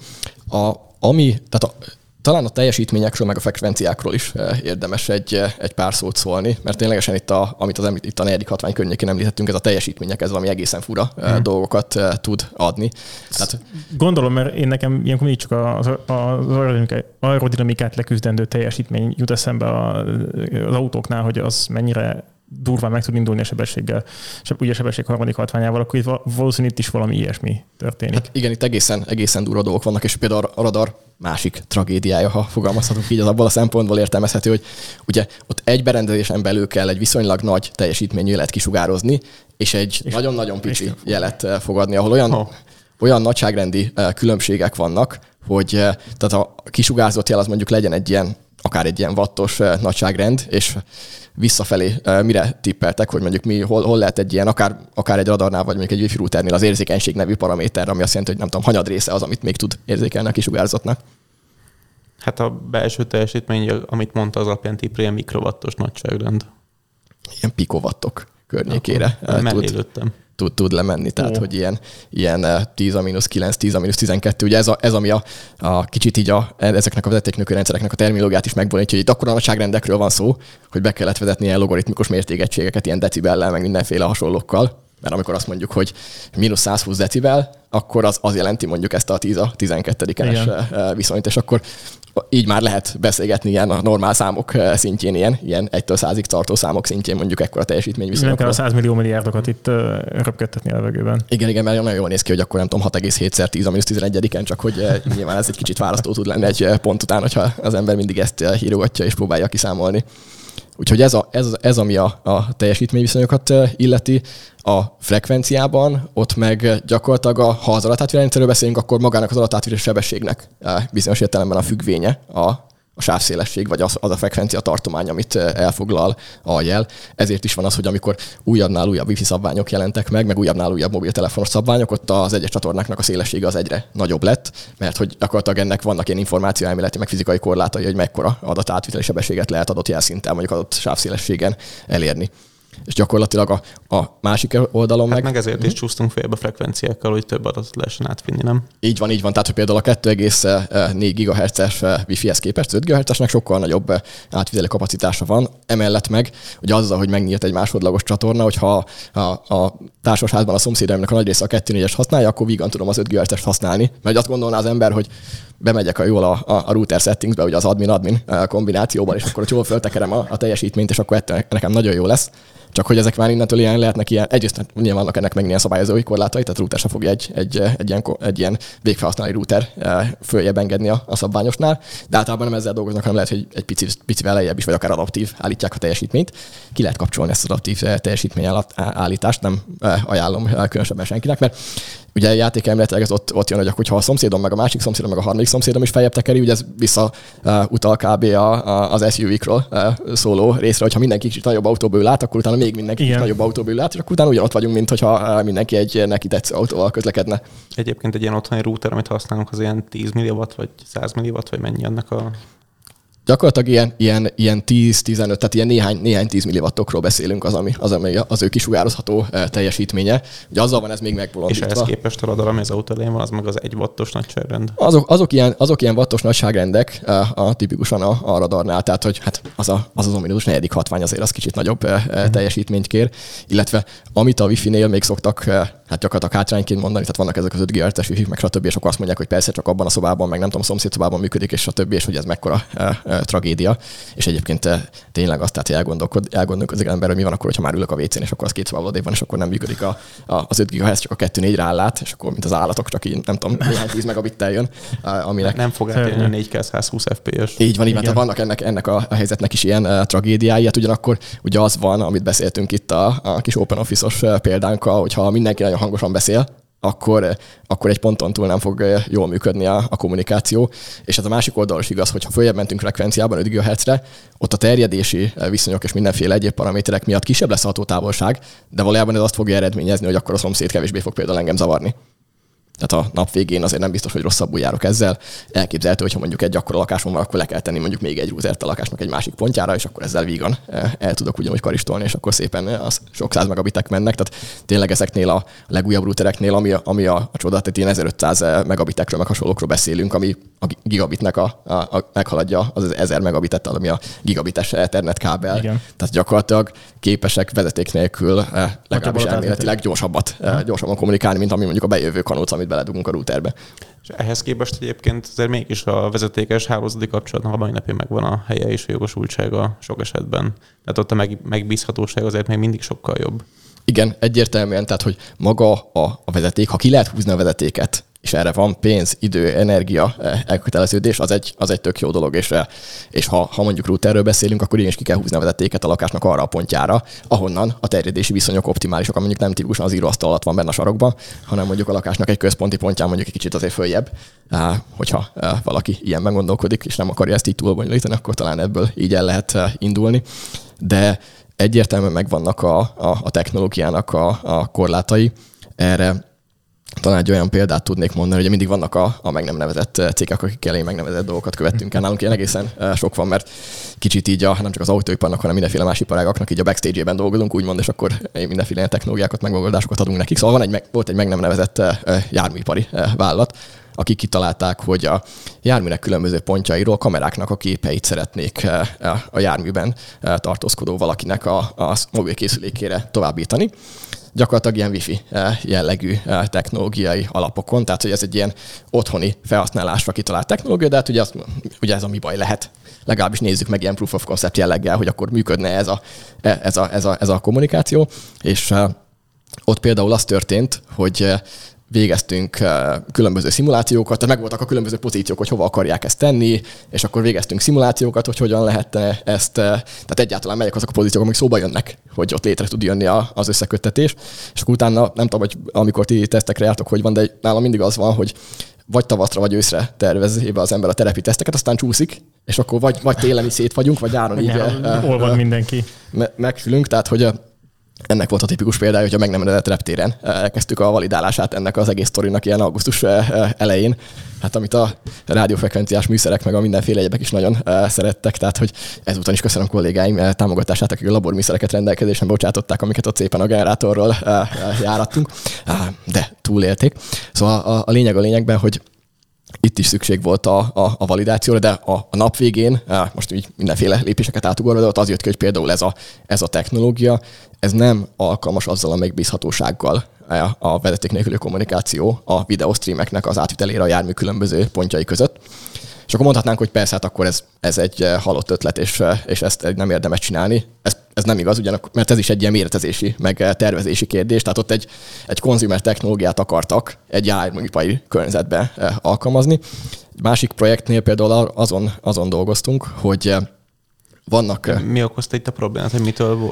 Talán a teljesítményekről, meg a frekvenciákról is érdemes egy pár szót szólni, mert ténylegesen itt a negyedik hatvány környékén említettünk, ez a teljesítmények, ez valami egészen fura dolgokat tud adni. Tehát... Gondolom, mert én nekem ilyenkor mindig csak az aerodinamikát leküzdendő teljesítmény jut eszembe az autóknál, hogy az mennyire durván meg tud indulni a sebességgel, ugye a sebesség harmadik hatványával, akkor itt valószínűleg itt is valami ilyesmi történik. Hát igen, itt egészen durva dolgok vannak, és például a radar másik tragédiája, ha fogalmazhatunk így, az abból a szempontból értelmezhető, hogy ugye ott egy berendezésen belül kell egy viszonylag nagy teljesítményű jelet kisugározni, és egy nagyon-nagyon pici jelet fogadni, ahol olyan nagyságrendi különbségek vannak, hogy tehát a kisugárzott jel az mondjuk legyen akár egy ilyen wattos nagyságrend, és visszafelé mire tippeltek, hogy mondjuk hol lehet egy ilyen, akár egy radarnál, vagy mondjuk egy Wi-Fi routernél az érzékenység nevű paraméter, ami azt jelenti, hogy nem tudom, hanyad része az, amit még tud érzékelni a kisugárzatnak. Hát a belső teljesítmény, amit mondta, az alapján tippre ilyen mikrovattos nagyságrend. Ilyen pikowattok környékére tud lemenni, tehát hogy ilyen 10-9, 10-12, ugye ez ami a kicsit így ezeknek a vezetéknövő rendszereknek a terminológiát is megbonítja, hogy itt akkor a nagyságrendekről van szó, hogy be kellett vezetni ilyen logaritmikus mértékegységeket, ilyen decibellel, meg mindenféle hasonlókkal, mert amikor azt mondjuk, hogy mínusz 120 decibel, akkor az jelenti mondjuk ezt a 10-12-es viszonyt, és akkor így már lehet beszélgetni ilyen a normál számok szintjén, ilyen 1-től 100-ig tartó számok szintjén mondjuk ekkora teljesítmény viszonyokról. Nem kell a 100 millió milliárdokat itt röpködtetni a levegőben. Igen, mert nagyon jól néz ki, hogy akkor nem tudom, 6,7x10-11-en, csak hogy nyilván ez egy kicsit választó tud lenni egy pont után, hogyha az ember mindig ezt hírogatja és próbálja kiszámolni. Úgyhogy ez ami a teljesítményviszonyokat illeti, a frekvenciában, ott meg gyakorlatilag, ha az adatátviteli rendszerről beszélünk, akkor magának az adatátviteli sebességnek bizonyos értelemben a függvénye a sávszélesség, vagy az a frekvencia tartomány, amit elfoglal a jel. Ezért is van az, hogy amikor újabbnál újabb Wi-Fi szabványok jelentek meg újabbnál újabb mobiltelefonos szabványok, ott az egyes csatornáknak a szélessége az egyre nagyobb lett, mert hogy gyakorlatilag ennek vannak ilyen információelméleti, meg fizikai korlátai, hogy mekkora adatátviteli sebességet lehet adott jelszinten, mondjuk adott sávszélességen elérni. és gyakorlatilag a másik oldalon meg ezért is csúsztunk félbe frekvenciákkal, hogy több adatot lehessen átvinni, nem? Így van. Tehát, hogy például a 2,4 GHz-es Wi-Fi-hez képest 5 GHz-esnek sokkal nagyobb átviteli kapacitása van. Emellett meg, hogy azzal, hogy megnyílt egy másodlagos csatorna, hogyha a társasházban a szomszédaimnak a nagy része a 2.4-es használja, akkor vígan tudom az 5 GHz-est használni. Mert azt gondolná az ember, hogy bemegyek jól a router settingsbe, ugye az admin kombinációban, és akkor jól föltekerem a teljesítményt, és akkor nekem nagyon jó lesz. Csak hogy ezek már innentől lehetnek ilyen, egyrészt nyilván vannak ennek meg ilyen szabályozói korlátai, tehát a router se fogja egy ilyen végfelhasználói router följebb engedni a szabványosnál, de általában nem ezzel dolgoznak, hanem lehet, hogy egy picivel lejjebb is, vagy akár adaptív állítják a teljesítményt. Ki lehet kapcsolni ezt az adaptív teljesítmény állítást, nem ajánlom különösebben senkinek, mert ugye játékelméletileg ez ott jön, hogy ha a szomszédom, meg a másik szomszédom, meg a harmadik szomszédom is feljebb tekeri, ugye ez visszautal kb. Az SUV-król szóló részre, hogyha mindenki kicsit nagyobb autóból lát, akkor utána még mindenki kicsit nagyobb autóból lát, és akkor utána ugyanott vagyunk, mint hogyha mindenki egy neki tetsző autóval közlekedne. Egyébként egy ilyen otthoni router, amit használunk, az ilyen 10 milliwatt, vagy 100 milliwatt, vagy mennyi annak a... Gyakorlatilag ilyen 10-15, tehát ilyen néhány 10 milliwattokról beszélünk ami az ő kisugározható teljesítménye. Ugye azzal van ez még megbolondítva. És ehhez képest a radar, ami az autó elején van, az meg az 1 wattos nagyságrend. Azok ilyen wattos nagyságrendek tipikusan a radarnál, tehát hogy hát az ominózus negyedik hatvány azért az kicsit nagyobb teljesítményt kér, illetve amit a Wi-Fi-nél még szoktak hát gyakorlatilag hátrányként mondani, tehát vannak ezek az 5 GHz-es Wi-Fi, meg stb. És akkor azt mondják, hogy persze csak abban a szobában, meg nem tudom, szomszédszobában működik, és stb. És hogy ez mekkora tragédia. És egyébként tényleg azt, tehát elgondolkozik az ember, hogy mi van akkor, ha már ülök a WC-n, és akkor az 2 szobával odébb van, és akkor nem működik az 5 GHz, csak a 2.4-re áll át, és akkor mint az állatok, csak így nem tudom, néhány 10 megabittel jön. Aminek... Nem fog átélni 4K 120 FPS. Így van, tehát vannak ennek a helyzetnek is ilyen tragédiái. Hát ugyanakkor ugye az van, amit beszéltünk itt a kis OpenOffice-os példánkkal, hogyha mindenki nagyon hangosan beszél, akkor egy ponton túl nem fog jól működni a kommunikáció. És ez a másik oldalon is igaz, hogy ha följebb mentünk frekvenciában 5 GHz-re, ott a terjedési viszonyok és mindenféle egyéb paraméterek miatt kisebb lesz a hatótávolság, de valójában ez azt fogja eredményezni, hogy akkor a szomszéd kevésbé fog például engem zavarni. Tehát a nap végén azért nem biztos, hogy rosszabbul járok ezzel. Elképzelhető, hogyha mondjuk egy akkora lakásom van, akkor le kell tenni mondjuk még egy routert a lakásnak egy másik pontjára, és akkor ezzel vígan el tudok ugyanúgy karistolni, és akkor szépen az sok száz megabitek mennek. Tehát tényleg ezeknél a legújabb routereknél, ami a csoda, tehát ilyen 1500 megabitekről, meg hasonlókról beszélünk, ami a gigabitnek meghaladja az 1000 megabitet, ami a gigabites Ethernet kábel. Igen. Tehát gyakorlatilag képesek vezeték nélkül legalábbis elméletileg gyorsabban kommunikálni, mint ami mondjuk a bejövő kanóc, amit beledugunk a routerbe. És ehhez képest egyébként azért mégis a vezetékes hálózati kapcsolatnak a mai napig megvan a helye és a jogosultsága sok esetben. Tehát ott a megbízhatóság azért még mindig sokkal jobb. Igen, egyértelműen, tehát hogy maga a vezeték, ha ki lehet húzni a vezetéket, és erre van pénz, idő, energia, elköteleződés, az egy tök jó dolog, és ha mondjuk routerről beszélünk, akkor igenis ki kell húzni a vezetéket a lakásnak arra a pontjára, ahonnan a terjedési viszonyok optimálisak, mondjuk nem tipikusan az íróasztal alatt van benne a sarokban, hanem mondjuk a lakásnak egy központi pontján mondjuk egy kicsit azért följebb, hogyha valaki ilyenben gondolkodik, és nem akarja ezt így túlbonyolítani, akkor talán ebből így el lehet indulni. De egyértelműen megvannak a technológiának a korlátai. Erre talán egy olyan példát tudnék mondani, hogy mindig vannak a meg nem nevezett cégek, akik elé megnevezett dolgokat követtünk el. Nálunk ilyen egészen sok van, mert kicsit így nem csak az autóiparnak, hanem mindenféle más iparágaknak így a backstage-ében dolgozunk, úgymond, és akkor mindenféle technológiákat, megoldásokat adunk nekik. Szóval volt egy meg nem nevezett járműipari vállalat, akik kitalálták, hogy a járműnek különböző pontjairól kameráknak a képeit szeretnék a járműben tartózkodó valakinek a mobilkészülékére továbbítani. Gyakorlatilag ilyen wifi jellegű technológiai alapokon, tehát hogy ez egy ilyen otthoni felhasználásra kitalált technológia, de hát ugye ez a mi baj lehet. Legalábbis nézzük meg ilyen proof of concept jelleggel, hogy akkor működne ez a kommunikáció, és ott például az történt, hogy végeztünk különböző szimulációkat, tehát megvoltak a különböző pozíciók, hogy hova akarják ezt tenni, és akkor végeztünk szimulációkat, hogy hogyan lehetne ezt, tehát egyáltalán melyek azok a pozíciók, amik szóba jönnek, hogy ott létre tud jönni az összeköttetés, és akkor utána, nem tudom, hogy amikor ti tesztekre jártok, hogy van, de nálam mindig az van, hogy vagy tavaszra, vagy őszre tervezébe az ember a terepi teszteket, aztán csúszik, és akkor vagy télen is szét vagyunk, vagy nyáron így hol van mindenki. Megsülünk, tehát hogy ennek volt a tipikus példája, hogyha meg nem eredett reptéren elkezdtük a validálását ennek az egész sztorinak ilyen augusztus elején, hát amit a rádiófrekvenciás műszerek meg a mindenféle egyebek is nagyon szerettek, tehát hogy ezúton is köszönöm kollégáim támogatását, akik a laborműszereket rendelkezésre bocsátották, amiket ott szépen a generátorról járattunk, de túlélték. Szóval a lényegben, hogy itt is szükség volt a validációra, de a nap végén, most így mindenféle lépéseket átugorva, de ott az jött ki, hogy például ez a technológia, ez nem alkalmas azzal a megbízhatósággal a vezeték nélküli kommunikáció a videostreameknek az átvitelére a jármű különböző pontjai között. És akkor mondhatnánk, hogy persze, hát akkor ez egy halott ötlet, és ezt nem érdemes csinálni. Ez nem igaz, mert ez is egy ilyen méretezési, meg tervezési kérdés. Tehát ott egy consumer technológiát akartak egy járműipari környezetbe alkalmazni. Egy másik projektnél például azon dolgoztunk, hogy vannak... Mi okozta itt a problémát, hogy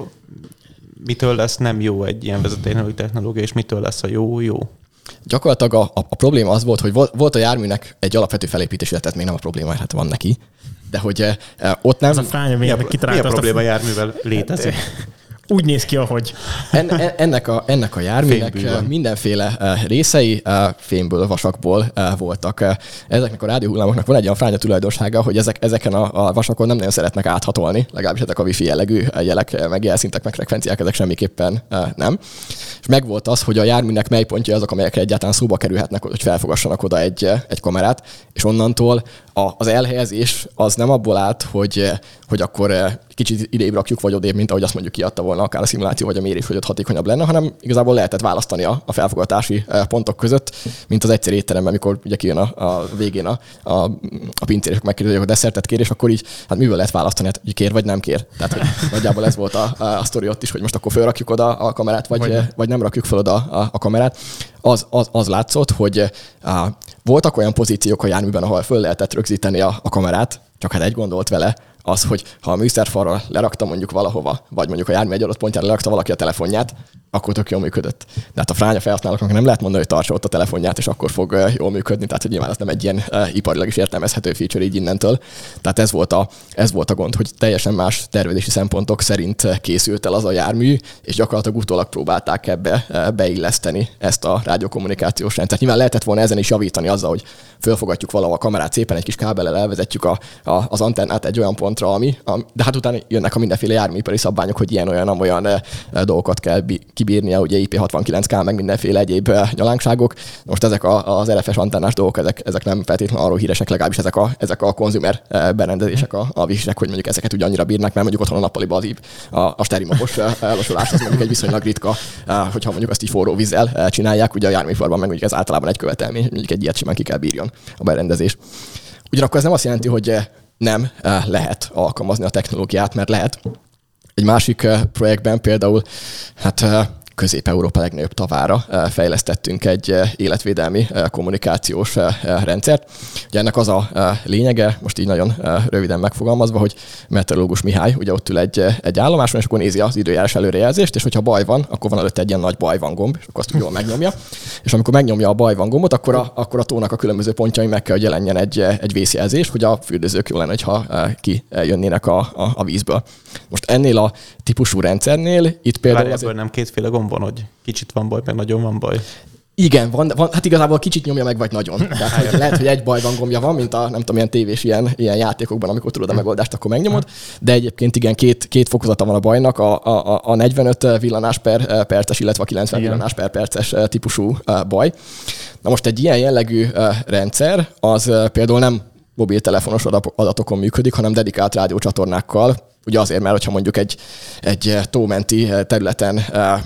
mitől lesz nem jó egy ilyen vezeték technológia, és mitől lesz a jó? Gyakorlatilag a probléma az volt, hogy volt a járműnek egy alapvető felépítési, tehát még nem a probléma, hát van neki, de hogy ott nem... Az a fránya mi a probléma a járművel létezik? Úgy néz ki, ahogy. Ennek a járműnek fémből mindenféle részei fémből, vasakból voltak. Ezeknek a rádióhullámoknak van egy olyan fránya tulajdonsága, hogy ezeken a vasakon nem nagyon szeretnek áthatolni, legalábbis ezek a wifi jellegű jelek, meg jelszintek, meg frekvenciák, ezek semmiképpen nem. És megvolt az, hogy a járműnek mely pontja azok, amelyekre egyáltalán szóba kerülhetnek, hogy felfogassanak oda egy kamerát, és onnantól az elhelyezés az nem abból állt, hogy akkor kicsit idébb rakjuk, vagy odébb, mint ahogy azt mondjuk kiadta volna akár a szimuláció, vagy a mérés, hogy ott hatékonyabb lenne, hanem igazából lehetett választani a felfogatási pontok között, mint az egyszerű étteremben, amikor ugye kijön a végén a pincérek megkérdezik, hogy a desszertet kér, és akkor így, hát miből lehet választani, hát, hogy kér vagy nem kér. Tehát hogy nagyjából ez volt a sztori ott is, hogy most akkor felrakjuk oda a kamerát, vagy nem rakjuk fel oda a kamerát. Az látszott, hogy voltak olyan pozíciók a járműben, ahol föl lehetett rögzíteni a kamerát, csak hát egy gondolt vele, az, hogy ha a műszerfalra lerakta mondjuk valahova, vagy mondjuk a jármű egy adott pontjára lerakta valaki a telefonját, akkor tök jól működött. De hát a fránya felhasználóknak nem lehet mondani, hogy tartsa ott a telefonját, és akkor fog jól működni. Tehát, hogy nyilván ez nem egy ilyen iparilag is értelmezhető feature így innentől. Tehát ez volt a gond, hogy teljesen más tervezési szempontok szerint készült el az a jármű, és gyakorlatilag utólag próbálták ebbe beilleszteni ezt a rádiókommunikációs rendszert. Nyilván lehetett volna ezen is javítani azzal, hogy fölfogatjuk valahol a kamerát, szépen egy kis kábellel elvezetjük az antennát egy olyan pontra, de hát utána jönnek a mindenféle járműipari szabványok, hogy ilyen-olyan dolgokat kell kibírnia, ugye IP69K, meg mindenféle egyéb nyalánkságok. Most ezek az RF-es antennás dolgok, ezek nem feltétlenül arról híresek, legalábbis ezek a konzumer berendezések, a wisek, hogy mondjuk ezeket ugye annyira bírnak, mert mondjuk otthon a nappaliban a sterimagos elvasolás az mondjuk egy viszonylag ritka, hogyha mondjuk azt így forró vízzel csinálják, ugye a járműiparban meg mondjuk ez általában egy követelmény, mondjuk egy ilyet simán ki kell bírjon a berendezés. Ugyanakkor ez nem azt jelenti, hogy nem lehet alkalmazni a technológiát, mert lehet. Egy másik projektben például, hát Közép-Európa legnagyobb tavára fejlesztettünk egy életvédelmi kommunikációs rendszert. Ugye ennek az a lényege, most így nagyon röviden megfogalmazva, hogy meteorológus Mihály ugye ott ül egy állomáson, és akkor nézi az időjárás előrejelzést, és hogyha baj van, akkor van előtte egy ilyen nagy baj van gomb, és akkor azt jól megnyomja. És amikor megnyomja a baj van gombot, akkor a tónak a különböző pontjain meg kell, hogy jelenjen egy vészjelzés, hogy a fürdőzők jó lenne, ha kijönnének a vízből. Most ennél a típusú rendszernél itt például... Ebből nem kétféle gomb van, hogy kicsit van baj, meg nagyon van baj. Igen, van, hát igazából kicsit nyomja meg, vagy nagyon. Tehát hogy lehet, hogy egy baj van gombja van, mint a nem tudom, ilyen tévés ilyen játékokban, amikor tudod a megoldást, akkor megnyomod. De egyébként igen, két fokozata van a bajnak, a 45 villanás per perces, illetve a 90 villanás per perces típusú baj. Na most egy ilyen jellegű rendszer, az például nem mobiltelefonos adatokon működik, hanem dedikált rádiócsatornákkal. Ugye azért, mert hogyha mondjuk egy tómenti területen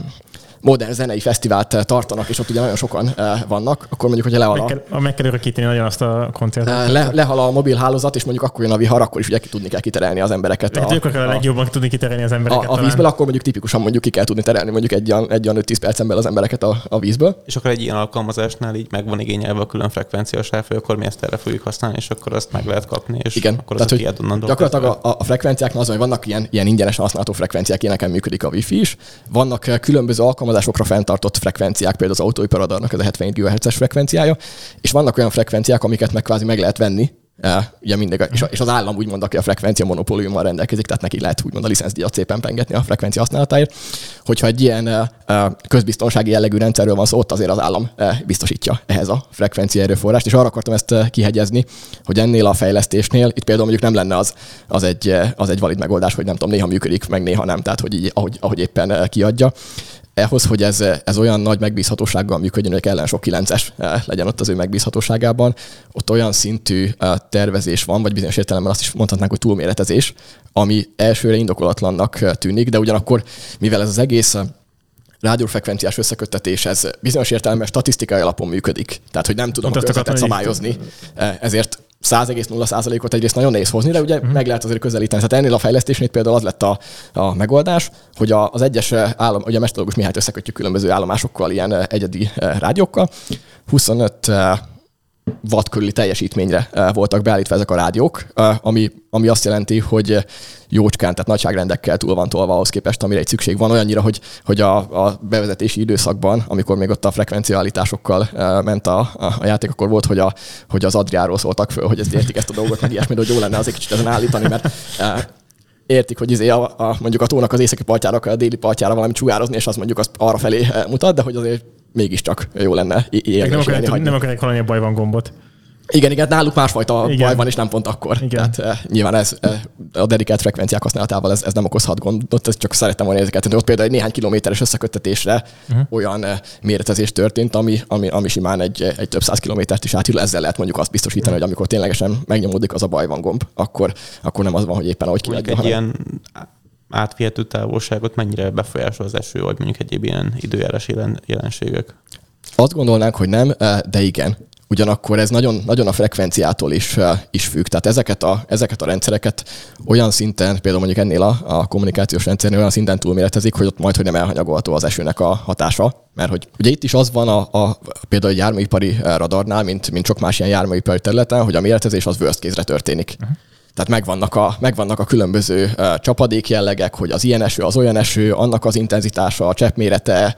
modern zenei fesztivált tartanak, és ott ugye nagyon sokan vannak, akkor mondjuk, hogy lehal meg kell örökíteni nagyon azt a koncertet. Lehal a mobil hálózat, és mondjuk akkor jön a vihar, akkor is ugye tudni kell kiterelni az embereket. Ők kell a legjobban tudni kiterelni az embereket. A vízből, akkor mondjuk tipikusan mondjuk ki kell tudni terelni mondjuk egy olyan 5-10 percen belül az embereket a vízből. És akkor egy ilyen alkalmazásnál így meg van igényelve a külön frekvencia sávfő, akkor mi ezt erre fogjuk használni, és akkor azt meg lehet kapni, és igen, akkor tehát, hogy gyakorlatilag a frekvenciáknál az, hogy vannak ilyen ingyenesen használható frekvenciák, ilyeneken működik a Wi-Fi is. Vannak különböző alkalmazásokra fenntartott frekvenciák, például az autóiparadarnak ez a 77 GHz-es frekvenciája, és vannak olyan frekvenciák, amiket meg kvázi meg lehet venni, ugye mindig, és az állam úgymond, aki a frekvencia monopóliummal rendelkezik, tehát neki lehet úgymond a licencdíjat szépen pengetni a frekvencia használatáért. Hogyha egy ilyen közbiztonsági jellegű rendszerről van szó, ott azért az állam biztosítja ehhez a frekvencia erőforrást, és arra akartam ezt kihegyezni, hogy ennél a fejlesztésnél, itt például mondjuk nem lenne az egy valid megoldás, hogy nem tudom, néha működik, meg néha nem, tehát hogy így, ahogy éppen kiadja. Ehhoz, hogy ez olyan nagy megbízhatósággal működjön, hogy ellensok 9-es legyen ott az ő megbízhatóságában, ott olyan szintű tervezés van, vagy bizonyos értelemben azt is mondhatnánk, hogy túlméretezés, ami elsőre indokolatlannak tűnik, de ugyanakkor, mivel ez az egész rádiófrekvenciás összeköttetés, ez bizonyos értelemben statisztikai alapon működik, tehát hogy nem tudom a körzetet szabályozni, ezért 100,0%-ot egyrészt nagyon nehéz hozni, de ugye meg lehet azért közelíteni. Tehát ennél a fejlesztésnél például az lett a megoldás, hogy az egyes állam, ugye a mesterlógus Mihályt összekötjük különböző állomásokkal, ilyen egyedi rádiókkal. 25 watt körüli teljesítményre voltak beállítva ezek a rádiók, ami azt jelenti, hogy jócskán, tehát nagyságrendekkel túl van tolva ahhoz képest, amire egy szükség van, olyannyira, hogy a bevezetési időszakban, amikor még ott a frekvenciaállításokkal ment a játék, akkor volt, hogy az Adriáról szóltak föl, hogy ezt értik ezt a dolgot, meg ilyesmi, hogy jó lenne azért kicsit ezen állítani, mert értik, hogy mondjuk a tónak az északi partjára, a déli partjára valamit sugározni, és az mondjuk az arra felé mutat, de hogy azért mégiscsak jó lenne nem akarják valami baj van gombot. Igen, náluk másfajta baj van, és nem pont akkor. Igen. Tehát nyilván ez a dedikált frekvenciák használatával ez nem okozhat gondot, ez csak szerettem volna érzékeltetni. Ott például egy néhány kilométeres összeköttetésre olyan méretezés történt, ami simán egy több száz kilométert is átírul. Ezzel lehet mondjuk azt biztosítani, hogy amikor ténylegesen megnyomódik az a baj van gomb, akkor nem az van, hogy éppen ahogy kiadja. Egy ilyen átvihető távolságot mennyire befolyásol az eső, vagy mondjuk egyéb ilyen időjárás jelenségek? Azt gondolnánk, hogy nem, de igen. Ugyanakkor ez nagyon, nagyon a frekvenciától is függ. Tehát ezeket a rendszereket olyan szinten, például mondjuk ennél a kommunikációs rendszernél olyan szinten túlméretezik, hogy ott majd, hogy nem elhanyagolható az esőnek a hatása. Mert hogy ugye itt is az van például egy járműipari radarnál, mint sok más ilyen járműipari területen, hogy a méretezés az worst case-re történik. Tehát megvannak a különböző csapadékjellegek, hogy az ilyen eső, az olyan eső, annak az intenzitása, a cseppmérete,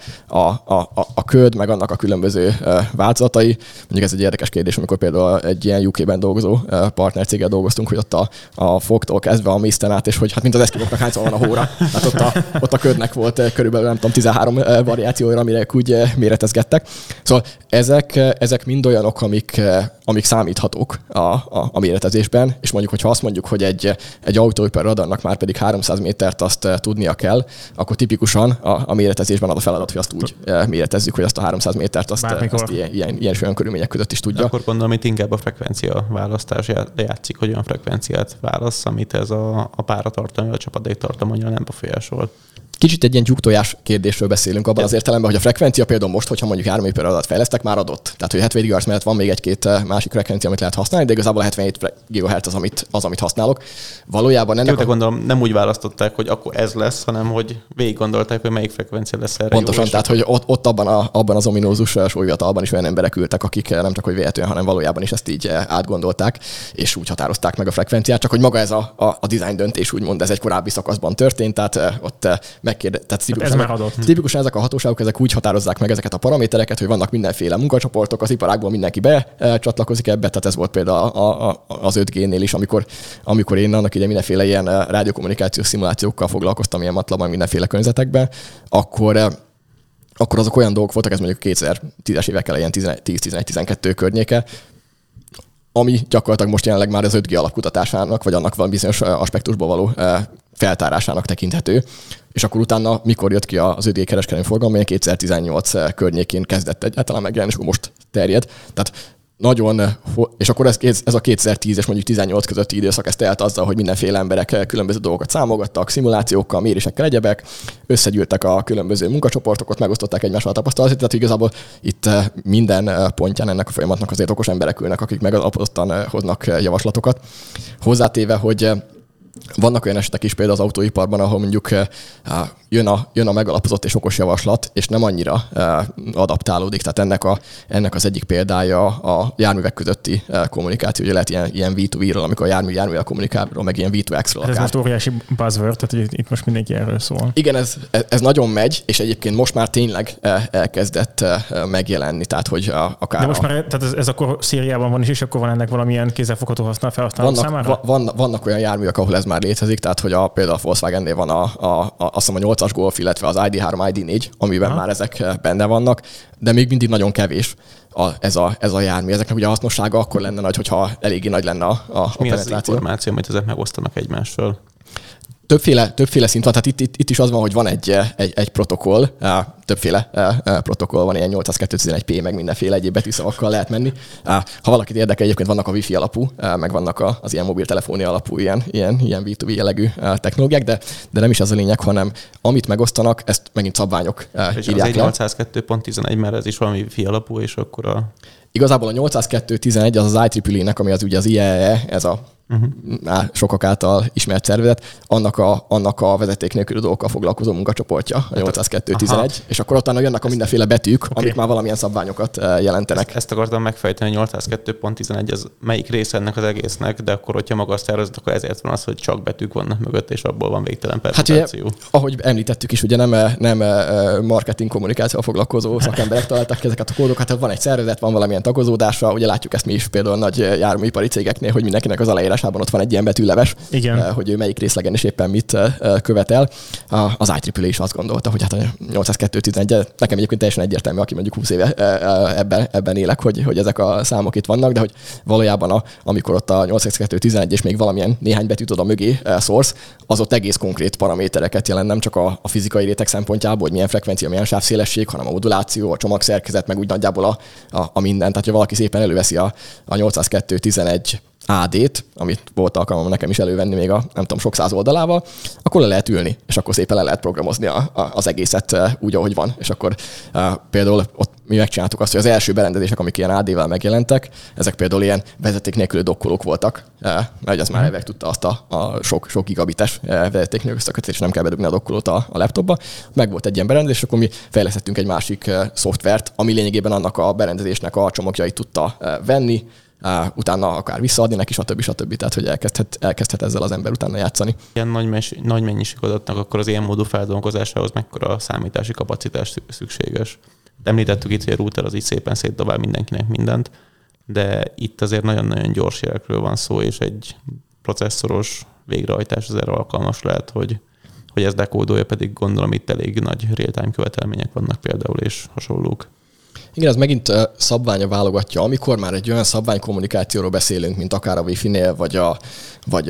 a köd, meg annak a különböző változatai. Mondjuk ez egy érdekes kérdés, amikor például egy ilyen UK-ben dolgozó partnercéggel dolgoztunk, hogy ott a fogtól kezdve a mészten át, és hogy hát mint az eszkimóknak hányszor van a hóra. Hát ott a ködnek volt körülbelül nem tudom 13 variációra, amire úgy méretezgettek. Szóval ezek mind olyanok, amik számíthatók a méretezésben, és mondjuk, hogyha azt mondjuk, hogy egy autóipar radarnak már pedig 300 métert azt tudnia kell, akkor tipikusan a méretezésben az a feladat, hogy azt úgy méretezzük, hogy azt a 300 métert azt ilyen olyan körülmények között is tudja. Akkor gondolom, itt inkább a frekvencia választás játszik, hogy olyan frekvenciát válasz, amit ez a páratartalom, vagy a csapadéktartalom annyira nem befolyásol. Kicsit egy ilyen tyúktojás kérdésről beszélünk abban az értelemben, hogy a frekvencia például most, hogyha mondjuk járműipari adatot fejlesztek, már adott. Tehát, hogy 70 GHz mellett van még egy-két másik frekvencia, amit lehet használni, de igazából a 77 GHz az, amit használok. Valójában ennek gondolom, nem úgy választották, hogy akkor ez lesz, hanem hogy végig gondolták, hogy melyik frekvencia lesz erre. Pontosan, tehát, hogy ott abban az ominózus súlyviatalban is olyan emberek ültek, akik nem csak hogy véletlenül, hanem valójában is ezt így átgondolták, és úgy határozták meg a frekvenciát, csak hogy maga ez a design döntés, úgymond ez egy korábbi szakaszban történt, tehát ott tehát tipikusan ezek a hatóságok ezek úgy határozzák meg ezeket a paramétereket, hogy vannak mindenféle munkacsoportok, az iparágból mindenki becsatlakozik ebbe, tehát ez volt például az 5G-nél is, amikor én annak ide mindenféle ilyen rádiókommunikációs szimulációkkal foglalkoztam ilyen MATLAB-ban mindenféle környezetekben, akkor azok olyan dolgok voltak, ez mondjuk 2010-es évek elején 10-11-12 környéke, ami gyakorlatilag most jelenleg már az 5G alapkutatásának, vagy annak valami bizonyos aspektusból való feltárásának tekinthető. És akkor utána, mikor jött ki az 5G kereskedelmi forgalom, 2018 környékén kezdett egyáltalán megjelenni, és akkor most terjed. Tehát nagyon, és akkor ez a 2010 és mondjuk 18 közötti időszak, ez telt azzal, hogy mindenféle emberek különböző dolgokat számolgattak, szimulációkkal, mérésekkel, egyebek, összegyűltek a különböző munkacsoportokat, megosztották egymással a tapasztalatot, tehát igazából itt minden pontján ennek a folyamatnak azért okos emberek ülnek, akik megalapozottan hoznak javaslatokat. Hozzátéve, hogy Vannak olyan esetek is például az autóiparban, ahol mondjuk jön a megalapozott és okos javaslat, és nem annyira adaptálódik. Tehát ennek az egyik példája a járművek közötti kommunikáció. Ugye lehet ilyen V2V-ről, amikor a járművel kommunikálról, meg ilyen V2X-ről. Ez most óriási buzzword, tehát itt most mindenki erről szól. Igen, ez nagyon megy, és egyébként most már tényleg elkezdett megjelenni. Tehát, hogy akár... De most már tehát ez akkor Szíriában van is, és akkor van ennek valamilyen kézzelfogható felhasználó számára? Vannak olyan járművek, ahol ez már létezik, tehát hogy például a Volkswagennél van azt hiszem a 8-as Golf, illetve az ID3, ID4, amiben már ezek benne vannak, de még mindig nagyon kevés ez a jármű. Ezeknek ugye a hasznossága akkor lenne nagy, hogyha eléggé nagy lenne a penetráció. Mi az információ, amit ezek megosztanak egymással? Többféle szint van, tehát itt is az van, hogy van egy protokoll, többféle protokoll van, ilyen 802.11p, meg mindenféle egyéb betűszavakkal lehet menni. Ha valakit érdekel, egyébként vannak a Wi-Fi alapú, meg vannak az ilyen mobiltelefónia alapú, ilyen V2V jellegű technológiák, de nem is ez a lényeg, hanem amit megosztanak, ezt megint szabványok írják le. És az 802.11, mert ez is valami Wi-Fi alapú, és akkor Igazából a 802.11 az IEEE-nek, ami az ugye az IEEE, ez a sokak által ismert szervezet, annak a vezeték nélküli dolgokkal foglalkozó munkacsoportja, a 802.11, és akkor utána jönnek a mindenféle betűk, amik már valamilyen szabványokat jelentenek. Ezt akartam megfejteni, hogy 802.11 az melyik része ennek az egésznek, de akkor, hogyha maga a szervezet, akkor ezért van az, hogy csak betűk vannak mögött, és abból van végtelen permutáció. Hát ugye, ahogy említettük is, ugye nem marketing kommunikációval foglalkozó szakemberek találtak ki ezeket a kódokat, tehát van egy szervezet, van valamilyen tagozódása, ugye látjuk ezt mi is például nagy járműipari cégeknél, hogy mindenkinek az leírásában ott van egy ilyen betűleves, hogy ő melyik részlegen is éppen mit követel. Az IEEE is azt gondolta, hogy hát a 802.11, nekem egyébként teljesen egyértelmű, aki mondjuk 20 éve ebben élek, hogy ezek a számok itt vannak, de hogy valójában amikor ott a 802.11 és még valamilyen néhány betűt oda mögé szórsz, az ott egész konkrét paramétereket jelent, nem csak a fizikai réteg szempontjából, hogy milyen frekvencia, milyen sávszélesség, hanem a moduláció, a csomagszerkezet, meg úgy nagyjából a minden. Tehát, ha valaki szépen előveszi a 802.11 AD-t, amit volt alkalmam nekem is elővenni még nem tudom, sok száz oldalával, akkor le lehet ülni, és akkor szépen le lehet programozni az egészet úgy, ahogy van. És akkor például ott mi megcsináltuk azt, hogy az első berendezések, amik ilyen AD-vel megjelentek, ezek például ilyen vezeték nélküli dokkolók voltak, mert az már elveg tudta azt a sok gigabites vezeték nélküli összekötést, és nem kell bedugni a dokkolót a laptopba. Meg volt egy ilyen berendezés, és akkor mi fejlesztettünk egy másik szoftvert, ami lényegében annak a berendezésnek a csomagjait tudta venni, utána akár visszaadni neki, stb. Tehát, hogy elkezdhet ezzel az ember utána játszani. Ilyen nagy mennyiség adatnak akkor az ilyen módú feldolgozásához mekkora számítási kapacitás szükséges? Említettük itt, hogy a router az így szépen szétdobál mindenkinek mindent, de itt azért nagyon-nagyon gyors jelekről van szó, és egy processzoros végrehajtás az erre alkalmas lehet, hogy ez dekódolja, pedig gondolom itt elég nagy real-time követelmények vannak például, és hasonlók. Igen, ez megint szabványa válogatja. Amikor már egy olyan szabványkommunikációról beszélünk, mint akár a Wi-Fi-nél, vagy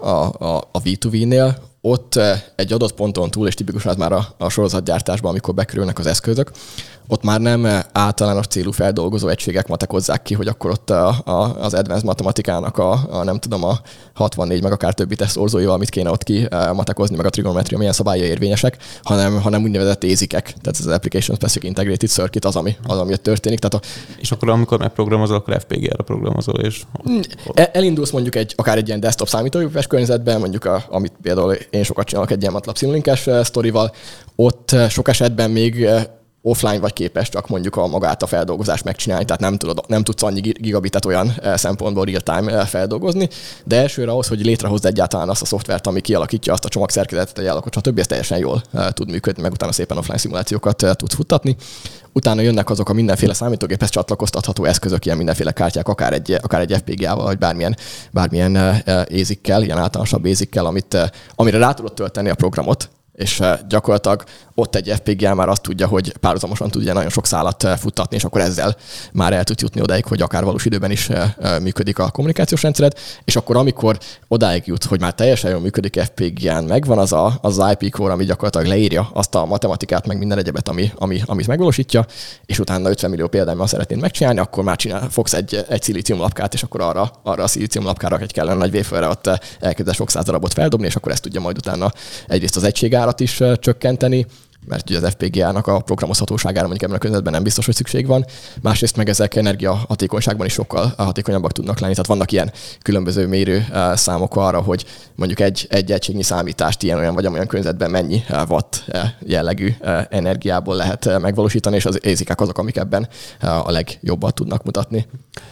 a V2V-nél, ott egy adott ponton túl, és tipikusan az már a sorozatgyártásban, amikor bekerülnek az eszközök, ott már nem általános célú feldolgozó egységek matekozzák ki, hogy akkor ott az advanced matematikának nem tudom, a 64 meg akár többi teszorzóival mit kéne ott ki matekozni, meg a trigonometria milyen szabályai érvényesek, hanem úgynevezett ASIC-ek, tehát az Application Specific Integrated Circuit az, ami ott történik. Tehát és akkor amikor megprogramozol, akkor FPGA-ra programozol, és... Elindulsz mondjuk akár egy ilyen desktop számítógépes környezetben, mondjuk amit például én sokat csinálok egy ilyen MATLAB Simlinkes sztorival, ott sok esetben még offline vagy képes csak mondjuk magát a feldolgozást megcsinálni, tehát nem tudsz annyi gigabitet olyan szempontból real-time feldolgozni, de elsőre ahhoz, hogy létrehozd egyáltalán azt a szoftvert, ami kialakítja azt a csomagszerkezetet, a jellakot, stb. Ez teljesen jól tud működni, meg utána szépen offline szimulációkat tudsz futtatni. Utána jönnek azok a mindenféle számítógéphez csatlakoztatható eszközök, ilyen mindenféle kártyák, akár egy FPGA-val, vagy bármilyen ASIC-kel, ilyen általánosabb ASIC-kel, amire rá tudod tölteni a programot, és gyakorlatilag ott egy FPGA már azt tudja, hogy párhuzamosan tudja nagyon sok szálat futtatni, és akkor ezzel már el tud jutni odáig, hogy akár valós időben is működik a kommunikációs rendszered, és akkor amikor odáig jut, hogy már teljesen jól működik FPGA-n, megvan az IP core, ami gyakorlatilag leírja azt a matematikát, meg minden egyebet, amit megvalósítja, és utána 50 millió példányban szeretnéd megcsinálni, akkor már fogsz egy szilíciumlapkát, és akkor arra a szilíciumlapkára egy kellene nagy waferre ott elkezdesz sok száz darabot feldobni, és akkor ezt tudja majd utána egyrészt az egységárat is csökkenteni, mert ugye az FPGA-nak a programozhatóságára mondjuk ebben a környezetben nem biztos, hogy szükség van. Másrészt meg ezek energiahatékonyságban is sokkal hatékonyabbak tudnak lenni. Tehát vannak ilyen különböző mérő számok arra, hogy mondjuk egy egységnyi számítást ilyen vagy olyan környezetben mennyi watt jellegű energiából lehet megvalósítani, és az ASIC-ek azok, amik ebben a legjobbat tudnak mutatni.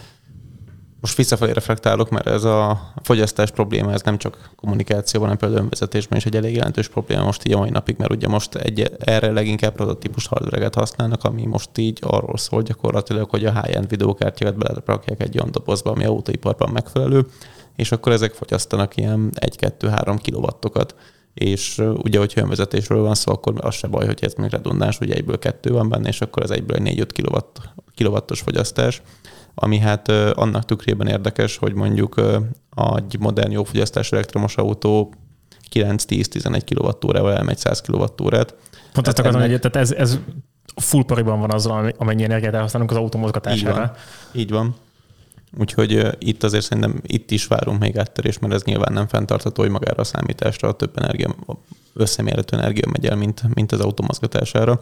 Most visszafelé reflektálok, mert ez a fogyasztás probléma, ez nem csak kommunikációban, hanem például önvezetésben is egy elég jelentős probléma most így a mai napig, mert ugye most erre leginkább prototípus hardware-et használnak, ami most így arról szól gyakorlatilag, hogy a high-end videókártyákat belerakják egy olyan dobozba, ami autóiparban megfelelő, és akkor ezek fogyasztanak ilyen 1-2-3 kilowattokat. És ugye, hogyha önvezetésről van szó, akkor az se baj, hogy ez még redundáns, ugye egyből 2 van benne, és akkor ez egyből egy 4-5 kilowattos fogyasztás, ami hát annak tükrében érdekes, hogy mondjuk egy modern jófogyasztású elektromos autó 9-10-11 kWh-val elmegy 100 kWh-t. Pont azt akarom, hogy ez full pariban van azzal, amennyi energiát elhasználunk az autó mozgatására. Így van. Úgyhogy itt azért szerintem itt is várunk még áttörést, mert ez nyilván nem fenntartható, hogy magára a számításra több energia, összemérhető energia megy el, mint az autó mozgatására.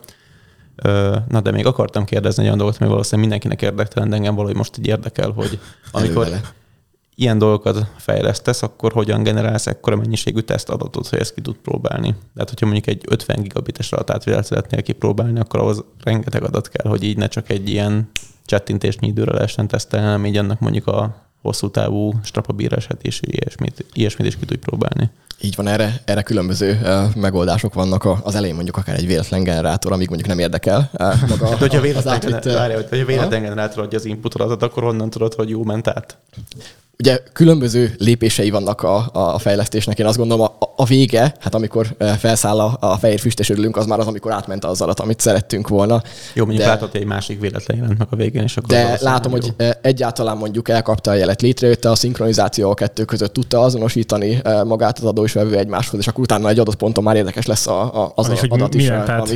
Na, de még akartam kérdezni egy olyan dolgot, ami valószínűleg mindenkinek érdektelen, de engem valahogy most így érdekel, hogy amikor ilyen dolgokat fejlesztesz, akkor hogyan generálsz ekkora mennyiségű tesztadatot, hogy ezt ki tud próbálni. Tehát, hogyha mondjuk egy 50 gigabites adatátvételt szeretnél kipróbálni, akkor ahhoz rengeteg adat kell, hogy így ne csak egy ilyen csettintésnyi időre lehessen tesztelni, hanem így annak mondjuk a hosszú távú strapabírását és ilyesmit is ki tudj próbálni. Így van, erre különböző megoldások vannak. Az elején mondjuk akár egy véletlen generátor, amíg mondjuk nem érdekel maga hát, hogyha véletlen generátor adja az input adatot, akkor honnan tudod, hogy jó ment át? Ugye különböző lépései vannak a fejlesztésnek. Én azt gondolom, a vége, hát amikor felszáll a fehér füstes örülünk, az már az, amikor átment az alatt, amit szerettünk volna. Jó, mondjuk látod, hogy egy másik véletlen jelent meg a végén, és akkor... De látom, hogy egyáltalán mondjuk elkapta a jelet, létrejött a szinkronizáció a kettő között, tudta azonosítani magát az adó és vevő egymáshoz, és akkor utána egy adott ponton már érdekes lesz az adat is,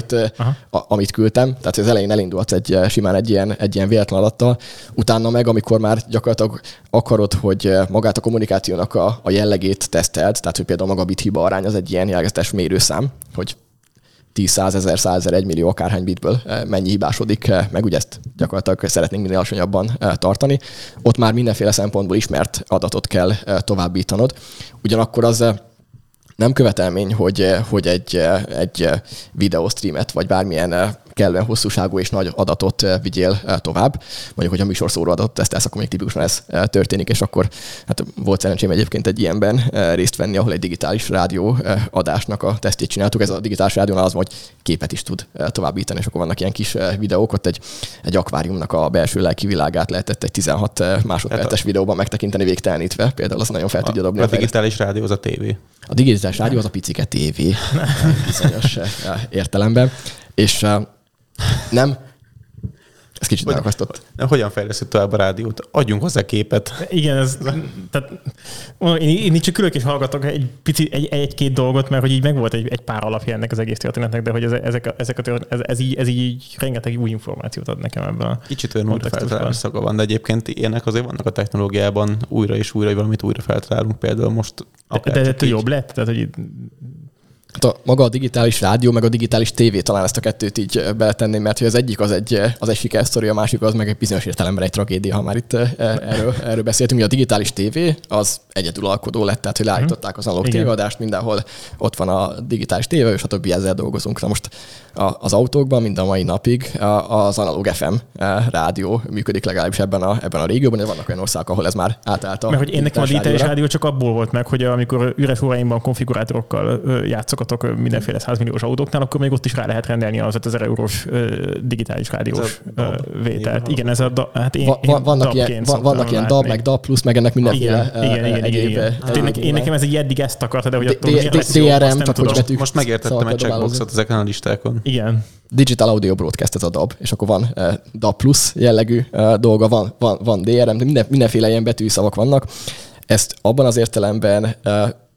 amit küldtem. Tehát az elején elindulsz simán egy ilyen véletlen adattal, utána meg, amikor már gyakorlatilag akarod, hogy magát a kommunikációnak a jellegét tesztelt, tehát hogy például maga a bit hiba arány az egy ilyen jellegzetes mérőszám, hogy 10, 100 ezer, 100 ezer, 1 millió akárhány bitből mennyi hibásodik, meg ugye ezt gyakorlatilag szeretnénk minél alacsonyabban tartani. Ott már mindenféle szempontból ismert adatot kell továbbítanod. Ugyanakkor az nem követelmény, hogy egy videóstreamet, vagy bármilyen kellően hosszúságú és nagy adatot vigyél tovább. Mondjuk, hogyha műsorszóró adatot tesztelsz, akkor még tipikusan ez történik, és akkor hát volt szerencsém egyébként egy ilyenben részt venni, ahol egy digitális rádió adásnak a tesztjét csináltuk. Ez a digitális rádiónál az, hogy képet is tud továbbítani, és akkor vannak ilyen kis videók, ott egy akváriumnak a belső lelki világát lehetett egy 16 másodperces videóban megtekinteni végtelenítve. Például az nagyon fel tudja dobni. A digitális rádió az a tévé. A digitális rádió az a picike tévé bizonyos értelemben. És nem, ez kicsit megakasztott. Hogyan fejlesztett tovább a rádiót? Adjunk hozzá képet. Igen, tehát én csak ülök és hallgatok egy-két dolgot, mert hogy így megvolt egy pár alapja ennek az egész történetnek, de hogy ez így rengeteg új információt ad nekem ebben a kicsit olyan újrafeltalálás szaga van, de egyébként ilyenek azért vannak a technológiában újra és újra, hogy valamit újra feltalálunk, például most. De jobb lett? Tehát, hogy maga a digitális rádió, meg a digitális tévé, talán ezt a kettőt így beletenném, mert hogy az egyik az egy sikersztori, a másik az meg egy bizonyos értelemben egy tragédia, ha már itt erről beszéltünk. Hogy a digitális tévé az egyedülalkodó lett, tehát hogy leállították az analóg tévéadást, mindenhol ott van a digitális tévé, és a többi ezzel dolgozunk. Na most az autókban mind a mai napig az analóg FM rádió működik legalábbis ebben a régióban, de vannak olyan országok, ahol ez már átállt a. Mert hogy én nekem a digitális rádió csak abból volt meg, hogy amikor üres óráimban konfigurátorokkal játszogatok mindenféle 100 milliós autóknál, akkor még ott is rá lehet rendelni az 5000 eurós digitális rádiós vételt. Igen, ez vannak ilyen DAB, meg DAB+, meg ennek mindenféle Igen. Én nekem ez egy eddig ezt akarta, de hogy attól DRM, csak hogy betűk. Most megértettem egy checkboxot ezeken a listákon. Igen. Digital Audio Broadcast ez a DAB, és akkor van DAB+ jellegű dolga, van DRM, de mindenféle ilyen betűszavak vannak. Ezt abban az értelemben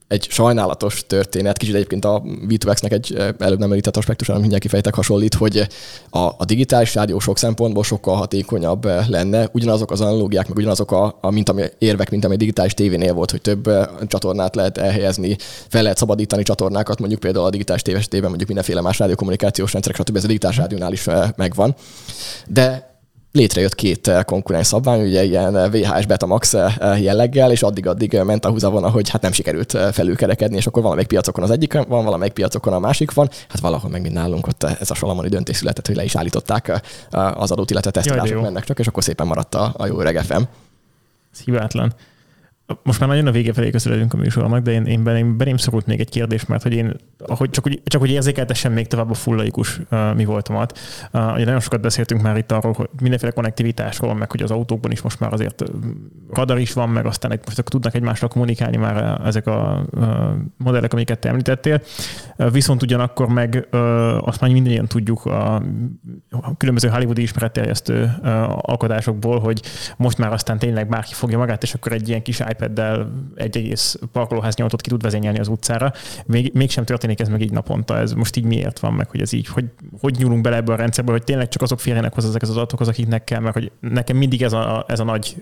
egy sajnálatos történet, kicsit egyébként a V2X-nek egy előbb nem említett aspektusára mindjárt kifejtek hasonlít, hogy a digitális rádió sok szempontból sokkal hatékonyabb lenne. Ugyanazok az analógiák, meg ugyanazok érvek, mint ami a digitális tévénél volt, hogy több csatornát lehet elhelyezni, fel lehet szabadítani csatornákat, mondjuk például a digitális tévé esetében mondjuk mindenféle más rádiókommunikációs rendszerek, stb. Ez a digitális rádiónál is megvan. De létrejött két konkurens szabvány, ugye ilyen VHS Betamax jelleggel, és addig ment a húzavona, hogy hát nem sikerült felülkerekedni, és akkor valamelyik piacokon az egyik van, valamelyik piacokon a másik van. Hát valahol meg mind nálunk ott ez a salamoni döntés született, hogy le is állították az adót, illetve tesztelások mennek csak, és akkor szépen maradt a jó öreg FM. Ez hibátlan. Most már nagyon a vége felé közeledünk a műsornak, de én belém szorult még egy kérdés, mert hogy én csak hogy érzékeltessem még tovább a full laikus mi voltomat. Ugye nagyon sokat beszéltünk már itt arról, hogy mindenféle konnektivitásról, meg hogy az autókban is most már azért radar is van, meg aztán most tudnak egymással kommunikálni már ezek a modellek, amiket te említettél. Viszont ugyanakkor meg azt már mindannyian tudjuk a különböző hollywoodi ismeretterjesztő alkotásokból, hogy most már aztán tényleg bárki fogja magát, és akkor egy ilyen kis iPad-del egy egész parkolóháznyomótot ki tud vezényelni az utcára. Mégsem történik ez meg így naponta. Ez most így miért van meg, hogy ez így, hogy nyúlunk bele ebbe a rendszerbe, hogy tényleg csak azok férjenek hozzá ezek az adatokhoz, akiknek kell, mert hogy nekem mindig ez a nagy...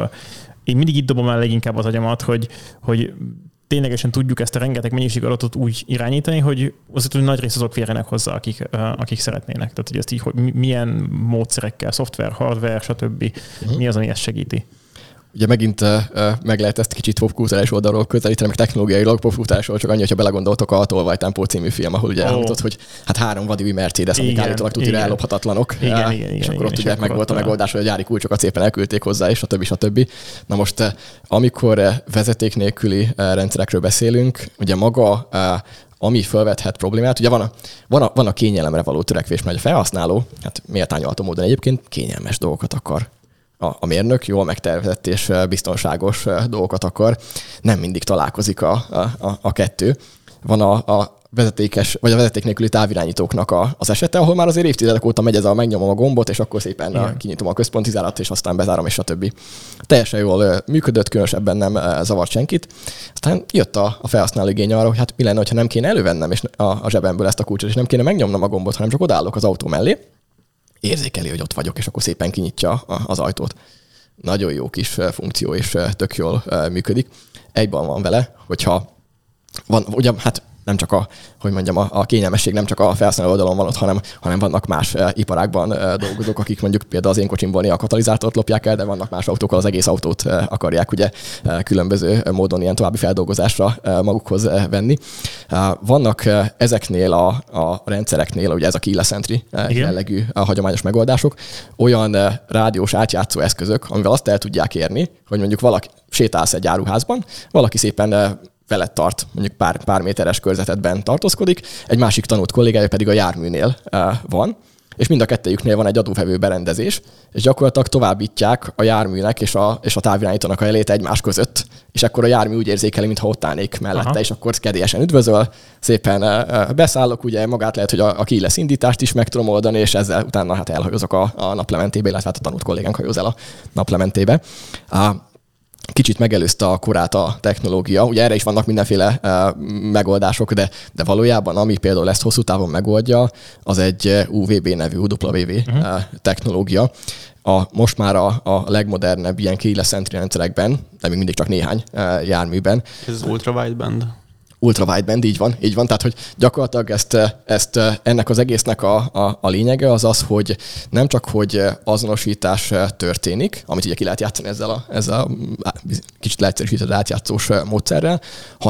Én mindig itt dobom el leginkább az agyamat, hogy ténylegesen tudjuk ezt a rengeteg mennyiség adatot úgy irányítani, hogy azért, hogy nagy rész azok férjenek hozzá, akik szeretnének. Tehát, hogy ezt így, hogy milyen módszerekkel, szoftver, hardware, stb. Mi az, ami ezt segíti? Ugye megint meg lehet ezt kicsit popkulturális oldalról közelíteni, meg technológiailag popkultúrásról, csak annyi, hogyha belegondoltok a Tolvaj Tempó című film, ahol ugye elhangzott, hogy hát 3 vadívű Mercedes, amik állítólag tudja ellophatatlanok. És akkor ott ugye meg volt a megoldás, hogy a gyári kulcsokat szépen elküldték hozzá, és a többi. Na most, amikor vezeték nélküli rendszerekről beszélünk, ugye maga ami felvethet problémát, ugye van a kényelemre való törekvés, mert a felhasználó, hát méltányolható módon egyébként kényelmes dolgokat akar. A mérnök jól megtervezett és biztonságos dolgokat akar. Nem mindig találkozik a kettő. Van a vezetékes, vagy a vezeték nélküli távirányítóknak az esete, ahol már azért évtizedek óta megy ez a megnyomom a gombot, és akkor szépen kinyitom a központi zárat, és aztán bezárom, és a többi. Teljesen jól működött, különösebben nem zavart senkit. Aztán jött a felhasználó igény arra, hogy hát mi lenne, ha nem kéne elővennem és a zsebemből ezt a kulcsot, és nem kéne megnyomnom a gombot, hanem csak odállok az autó mellé, érzékeli, hogy ott vagyok, és akkor szépen kinyitja az ajtót. Nagyon jó kis funkció, és tök jól működik. Egyben van vele, hogyha van, ugye, hát nem csak a kényelmesség nem csak a felhasználó oldalon van ott, hanem vannak más iparágban dolgozók, akik mondjuk például az én kocsimban a katalizátort lopják el, de vannak más autókkal az egész autót akarják ugye különböző módon ilyen további feldolgozásra magukhoz venni. Vannak ezeknél a rendszereknél, ugye ez a keyless entry jellegű a hagyományos megoldások, olyan rádiós átjátszó eszközök, amivel azt el tudják érni, hogy mondjuk valaki sétálsz egy áruházban, valaki szépen veled tart, mondjuk pár méteres körzetedben tartózkodik, egy másik tanult kollégája pedig a járműnél van, és mind a kettejüknél van egy adóvevő berendezés, és gyakorlatilag továbbítják a járműnek és a távirányítónak a jelét egymás között, és akkor a jármű úgy érzékeli, mintha ott állnék mellette, és akkor kedélyesen üdvözöl, szépen beszállok, ugye magát lehet, hogy a keyless indítást is meg tudom oldani, és ezzel utána hát elhajózok a naplementébe, illetve hát a tanult kollégánk hajóz el a naplementébe. Kicsit megelőzte a korát a technológia. Ugye erre is vannak mindenféle megoldások, de valójában ami például ezt hosszú távon megoldja, az egy UVB nevű, UWV technológia. Most már a legmodernebb ilyen keyless entry rendszerekben, de még mindig csak néhány járműben. Ez az ultra-wideband? Ultra-wideband, így van. Tehát, hogy gyakorlatilag ezt ennek az egésznek a lényege az, hogy nem csak, hogy azonosítás történik, amit ugye ki lehet játszani ezzel a kicsit leegyszerűsített átjátszós módszerrel,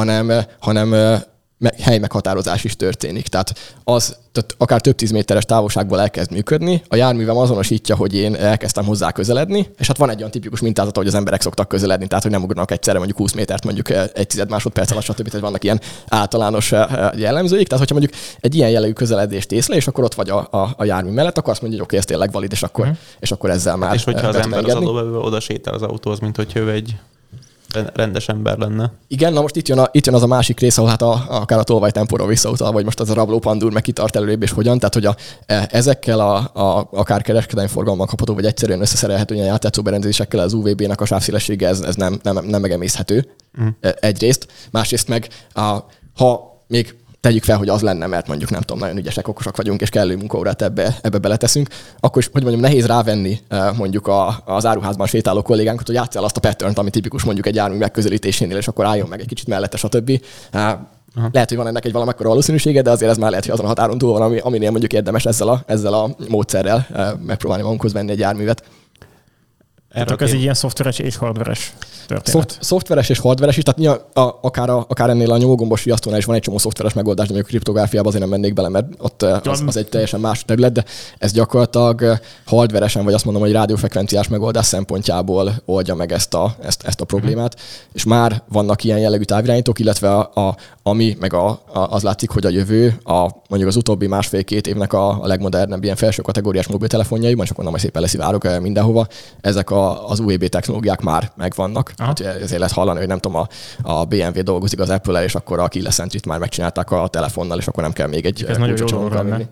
hanem helymeghatározás is történik. Tehát akár több 10 méteres távolságból elkezd működni, a járművem azonosítja, hogy én elkezdtem hozzá közeledni, és hát van egy olyan tipikus mintázat, hogy az emberek szoktak közeledni, tehát hogy nem ugranak egyszerre mondjuk 20 métert, mondjuk 1 másodperc alatt, stb. Tehát vannak ilyen általános jellemzőik. Tehát, hogyha mondjuk egy ilyen jellegű közeledést észle, és akkor ott vagy a jármű mellett, akkor azt mondja, hogy oké, ez tényleg valid, és akkor ezzel már. És hogyha az ember az adóvevővel oda sétál az autóhoz, mint hogy ő egy rendes ember lenne. Igen, na most itt jön az a másik rész, ahol hát akár a tolvajtempóról visszautal, vagy most az a rabló pandúr meg kitart előrébb, és hogyan. Tehát, hogy ezekkel akár kereskedelmi forgalommal kapható, vagy egyszerűen összeszerelhető ilyen átjátszó berendezésekkel az UVB-nek a sávszélessége, ez nem megemészhető egyrészt. Másrészt meg, ha még tegyük fel, hogy az lenne, mert mondjuk nem tudom, nagyon ügyesek, okosak vagyunk, és kellő munkaórát ebbe beleteszünk, akkor is, hogy mondjam, nehéz rávenni mondjuk az áruházban sétáló kollégánkat, hogy játsszál azt a pattern-t, ami tipikus mondjuk egy jármű megközelítésénél, és akkor álljon meg egy kicsit mellette, stb. Lehet, hogy van ennek egy valamekkora valószínűsége, de azért ez már lehet, hogy azon a határon túl van, aminél mondjuk érdemes ezzel a módszerrel megpróbálni magunkhoz venni egy járművet. Ez egy ilyen szoftveres és hardveres történet. Szoftveres és hardveres is, tehát akár ennél a nyomógombos riasztónál is van egy csomó szoftveres megoldás, de mondjuk a kriptográfiába azért nem mennék bele, mert ott az egy teljesen más terület, de ez gyakorlatilag hardveresen, vagy azt mondom, hogy rádiófrekvenciás megoldás szempontjából oldja meg ezt a problémát, és már vannak ilyen jellegű távirányítók, illetve ami meg az látszik, hogy a jövő, mondjuk az utóbbi 1,5-2 évnek a legmodernebb ilyen felső kategóriás mobiltelefonjaiban, és akkor nem szépen leszivárok mindenhova, ezek az UEB technológiák már megvannak. Hát ezért lehet hallani, hogy nem tudom, a BMW dolgozik az Apple-el, és akkor a Keyless Entry-t már megcsinálták a telefonnal, és akkor nem kell még egy kulcsot vinni.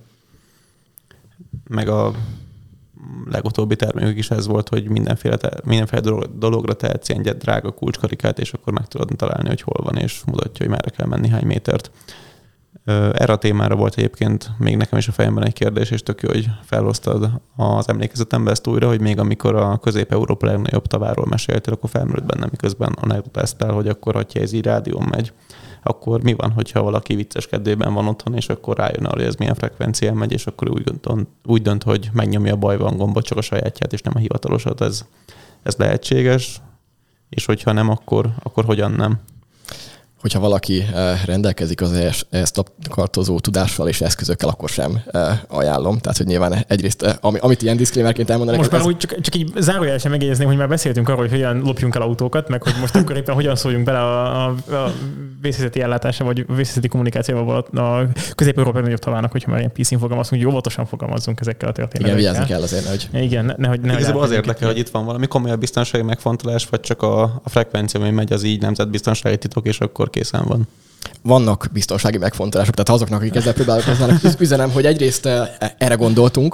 Meg a legutóbbi termékük is ez volt, hogy mindenféle dologra tehetsz ilyen drága kulcskarikát, és akkor meg tudod találni, hogy hol van, és mutatja, hogy merre kell menni, hány métert. Erre a témára volt egyébként még nekem is a fejemben egy kérdés, és tök jó, hogy felhoztad az emlékezetembe ezt újra, hogy még amikor a Közép-Európa legnagyobb taváról meséltél, akkor felmerült bennem, miközben anekdotáztál, hogy akkor, hogyha ez így rádión megy, akkor mi van, hogyha valaki vicceskedőben van otthon, és akkor rájön arra, hogy ez milyen frekvencián megy, és akkor úgy dönt, hogy megnyomja a bajban gombot, csak a sajátját, és nem a hivatalosat. Ez lehetséges, és hogyha nem, akkor hogyan nem? Hogyha valaki rendelkezik az ezt tartozó tudással és eszközökkel, akkor sem ajánlom. Tehát, hogy nyilván egyrészt, amit ilyen diszklémerként elmondanak... Most már úgy csak így zárójelesen megjegyezném, hogy már beszéltünk arról, hogy hogyan lopjunk el autókat, meg hogy most akkor éppen hogyan szóljunk bele a vészhelyzeti ellátása, vagy vészhelyzeti kommunikációval a Közép-Európa nagyobb tavának, hogyha már ilyen PC-n fogalmazunk, hogy óvatosan fogalmazzunk ezekkel a történetekkel. Igen, vigyázni kell azért, hogy... Igen, nehogy igazából az érdekel, hogy itt van valami komolyabb biztonsági megfontolás, vagy csak a frekvencia, ami megy, az így nemzetbiztonsági titok, és akkor készen van. Vannak biztonsági megfontolások, tehát azoknak, akik ezzel próbálkoznak, üzenem, hogy egyrészt erre gondoltunk,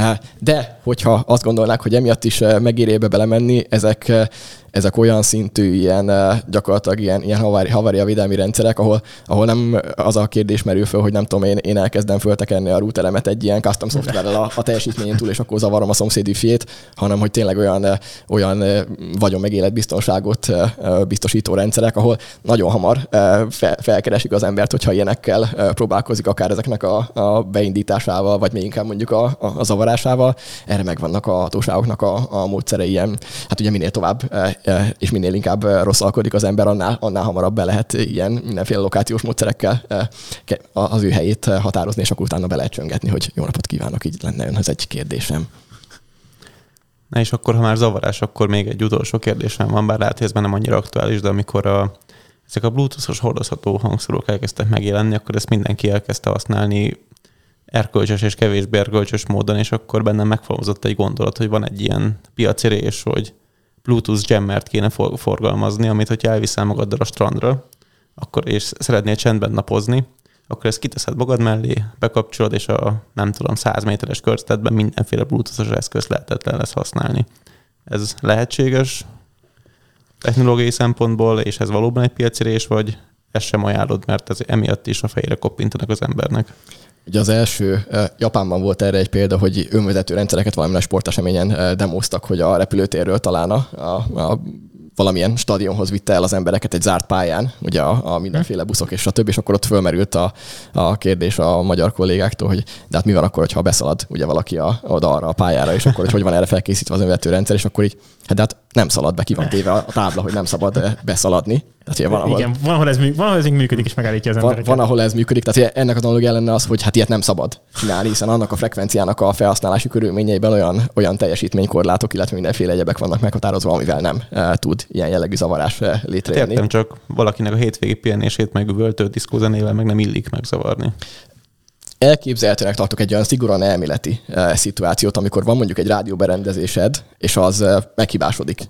de hogyha azt gondolnák, hogy emiatt is megéri ebbe belemenni, ezek olyan szintű ilyen gyakorlatilag ilyen havariavédelmi rendszerek, ahol nem az a kérdés merül föl, hogy nem tudom, én elkezdem föltekerni a routeremet egy ilyen custom szoftverrel a teljesítményén túl, és akkor zavarom a szomszéd wifi-t, hanem hogy tényleg olyan vagyon meg életbiztonságot biztosító rendszerek, ahol nagyon hamar felkeresik az embert, hogyha ilyenekkel próbálkozik, akár ezeknek a beindításával, vagy még inkább mondjuk a zavarásával. Erre megvannak a hatóságoknak a módszerei ilyen, hát ugye minél tovább és minél inkább rosszalkodik az ember, annál hamarabb be lehet ilyen mindenféle lokációs módszerekkel az ő helyét határozni, és akkor utána be lehet csöngetni, hogy jó napot kívánok, így lenne önhöz egy kérdésem. Na és akkor, ha már zavarás, akkor még egy utolsó kérdésem van, bár lehet, hogy ez már nem annyira aktuális, de amikor ezek a bluetooth-os hordozható hangszórók elkezdtek megjelenni, akkor ezt mindenki elkezdte használni erkölcsös és kevésbé erkölcsös módon, és akkor bennem megfogalmazott egy gondolat, hogy van egy ilyen piaci rés, hogy Bluetooth jammert kéne forgalmazni, amit hogyha elviszel magaddal a strandra, akkor és szeretnél csendben napozni, akkor ezt kiteszed magad mellé, bekapcsolod, és a 100 méteres körzetben mindenféle Bluetooth-os eszközt lehetetlen lesz használni. Ez lehetséges technológiai szempontból, és ez valóban egy piaci rés, vagy ezt sem ajánlod, mert ez emiatt is a fejére koppintanak az embernek? Ugye az első, Japánban volt erre egy példa, hogy önvezető rendszereket valamilyen sporteseményen demóztak, hogy a repülőtérről talán a valamilyen stadionhoz vitte el az embereket egy zárt pályán, ugye a mindenféle buszok és stb. És akkor ott fölmerült a kérdés a magyar kollégáktól, hogy de hát mi van akkor, hogyha beszalad ugye valaki oda arra a pályára, és akkor hogy van erre felkészítve az önvezető rendszer, és akkor így, de hát nem szalad be, ki van téve a tábla, hogy nem szabad beszaladni. Tehát, van, ahol, igen, van, ahol ez működik, és megállítja az embereket. Van, ahol ez működik. Tehát ennek a technológia lenne az, hogy hát ilyet nem szabad csinálni, hiszen annak a frekvenciának a felhasználási körülményeiben olyan teljesítménykorlátok, illetve mindenféle egyebek vannak meghatározva, amivel nem tud ilyen jellegű zavarás létrejönni. Értem, csak valakinek a hétvégi pihenését meg üvöltő diszkózenével meg nem illik megzavarni. Elképzelhetőnek tartok egy olyan szigorúan elméleti szituációt, amikor van mondjuk egy rádióberendezésed, és az meghibásodik.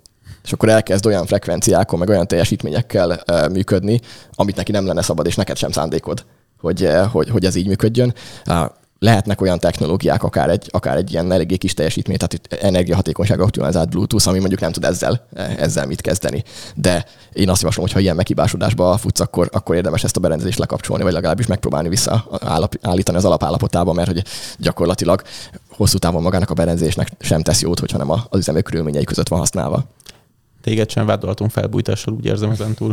és akkor elkezd olyan frekvenciákon, meg olyan teljesítményekkel működni, amit neki nem lenne szabad, és neked sem szándékod, hogy ez így működjön. Lehetnek olyan technológiák, akár egy ilyen eléggé kis teljesítmény, tehát itt energiahatékonysága optimalizált Bluetooth, ami mondjuk nem tud ezzel mit kezdeni. De én azt javaslom, hogy ha ilyen meghibásodásba futsz, akkor érdemes ezt a berendezést lekapcsolni, vagy legalábbis megpróbálni visszaállítani az alapállapotába, mert hogy gyakorlatilag hosszú távon magának a berendezésnek sem tesz jót, hogyha nem az üzemek körülményei között van használva. Téged sem vádolhatunk felbújtással, úgy érzem ezentúl.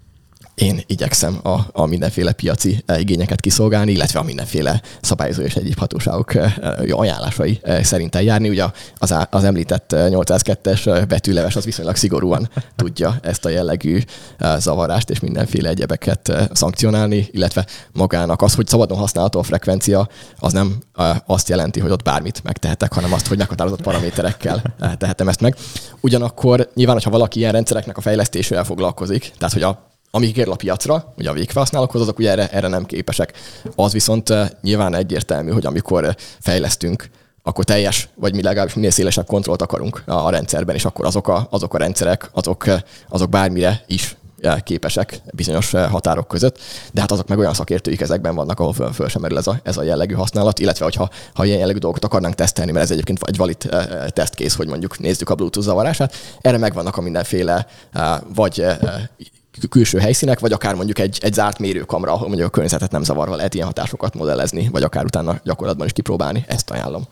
Én igyekszem a mindenféle piaci igényeket kiszolgálni, illetve a mindenféle szabályozó és egyéb hatóságok ajánlásai szerint eljárni. Ugye az említett 802-es betűleves az viszonylag szigorúan tudja ezt a jellegű zavarást és mindenféle egyebeket szankcionálni, illetve magának az, hogy szabadon használható a frekvencia, az nem azt jelenti, hogy ott bármit megtehetek, hanem azt, hogy meghatározott paraméterekkel tehetem ezt meg. Ugyanakkor nyilván, hogyha valaki ilyen rendszereknek a fejlesztésével foglalkozik, tehát hogy amik kerül a piacra, ugye a végfelhasználókhoz, azok ugye erre nem képesek. Az viszont nyilván egyértelmű, hogy amikor fejlesztünk, akkor teljes, vagy mi legalábbis minél szélesebb kontrollt akarunk a rendszerben, és akkor azok a rendszerek, azok bármire is képesek bizonyos határok között, de hát azok meg olyan szakértői kezekben vannak, ahol föl sem merül ez a jellegű használat, illetve hogyha ilyen jellegű dolgokat akarnánk tesztelni, mert ez egyébként egy valid tesztkész, hogy mondjuk nézzük a Bluetooth zavarását, erre megvannak a mindenféle vagy külső helyszínek, vagy akár mondjuk egy zárt mérőkamra, ahol mondjuk a környezetet nem zavarva lehet ilyen hatásokat modellezni, vagy akár utána gyakorlatban is kipróbálni. Ezt ajánlom.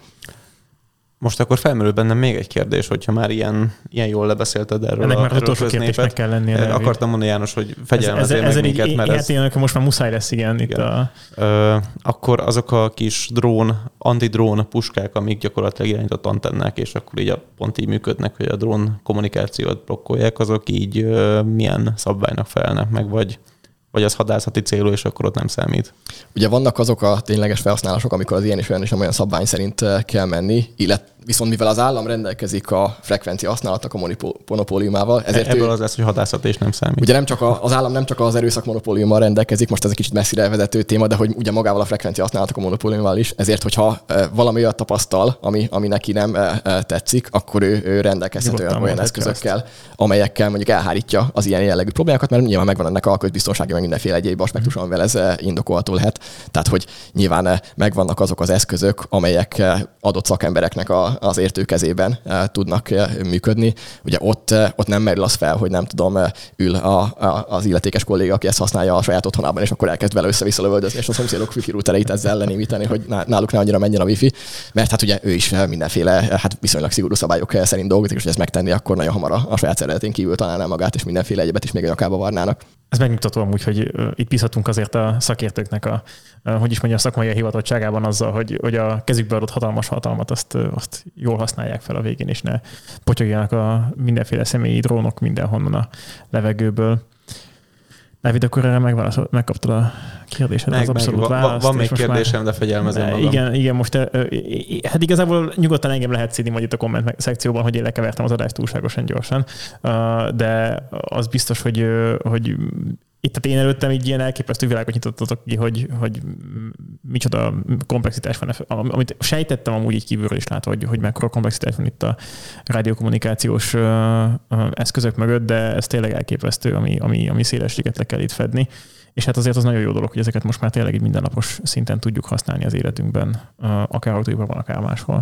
Most akkor felmerül bennem még egy kérdés, hogyha már ilyen jól lebeszélted erről. Ennek már az utolsó kérdésnek kell lennie. Akartam mondani, János, hogy fegyelmezzél meg minket, mert ez... Hát most már muszáj lesz, igen. Itt akkor azok a kis antidrón puskák, amik gyakorlatilag irányított antennák, és akkor így pont így működnek, hogy a drón kommunikációt blokkolják, azok így milyen szabványnak felelnek meg, vagy az hadászati célú, és akkor ott nem számít. Ugye vannak azok a tényleges felhasználások, amikor az ilyen és olyan szabvány szerint kell menni, viszont mivel az állam rendelkezik a frekvencia használatnak a monopóliumával, ezért ebből az lesz, hogy hadászat és nem számít. Ugye az állam nem csak az erőszak monopóliummal rendelkezik, most ez egy kicsit messzire vezető téma, de hogy ugye magával a frekvencia használatnak a monopóliumával is, ezért hogyha valami olyat tapasztal, ami neki nem tetszik, akkor ő rendelkezhet olyan eszközökkel, amelyekkel mondjuk elhárítja az ilyen jellegű problémákat, mert nyilván megvan ennek a közbiztonsági meg mindenféle egyéb aspektus, amivel ez indokolható lehet. Tehát, hogy nyilván megvannak azok az eszközök, amelyek adott szakembereknek az értő kezében tudnak működni. Ugye ott nem merül az fel, hogy nem tudom, ül az illetékes kolléga, aki ezt használja a saját otthonában, és akkor elkezd vele össze-vissza lövöldözni, és a szomszédok wifi routereit ezzel lenémíteni, hogy náluk ne annyira menjen a wifi, mert hát ugye ő is mindenféle, viszonylag szigorú szabályok szerint dolgozik, és hogy ezt megtenni, akkor nagyon hamar a saját szervezetén kívül találná magát, és mindenféle egyebet is még a nyakába varnának. Ez megnyugtató amúgy, hogy itt bízhatunk azért a szakértőknek a szakmai hivatottságában azzal, hogy a kezükbe adott hatalmas hatalmat azt jól használják fel a végén, és ne potyogjanak a mindenféle személyi drónok mindenhonnan a levegőből. Dávid, akkor erre megkaptad a kérdésedet, az abszolút választ. Van még kérdésem, de fegyelmezem magam. Igen, most hát igazából nyugodtan engem lehet szídni majd itt a komment szekcióban, hogy én lekevertem az adást túlságosan gyorsan, de az biztos, hogy itt tehát én előttem így ilyen elképesztő világot nyitottatok ki, hogy micsoda komplexitás van, amit sejtettem amúgy így kívülről is látva, hogy mekkora komplexitás van itt a rádiókommunikációs eszközök mögött, de ez tényleg elképesztő, ami szélességet le kell itt fedni. És hát azért az nagyon jó dolog, hogy ezeket most már tényleg így mindennapos szinten tudjuk használni az életünkben, akár autóiparban, akár máshol.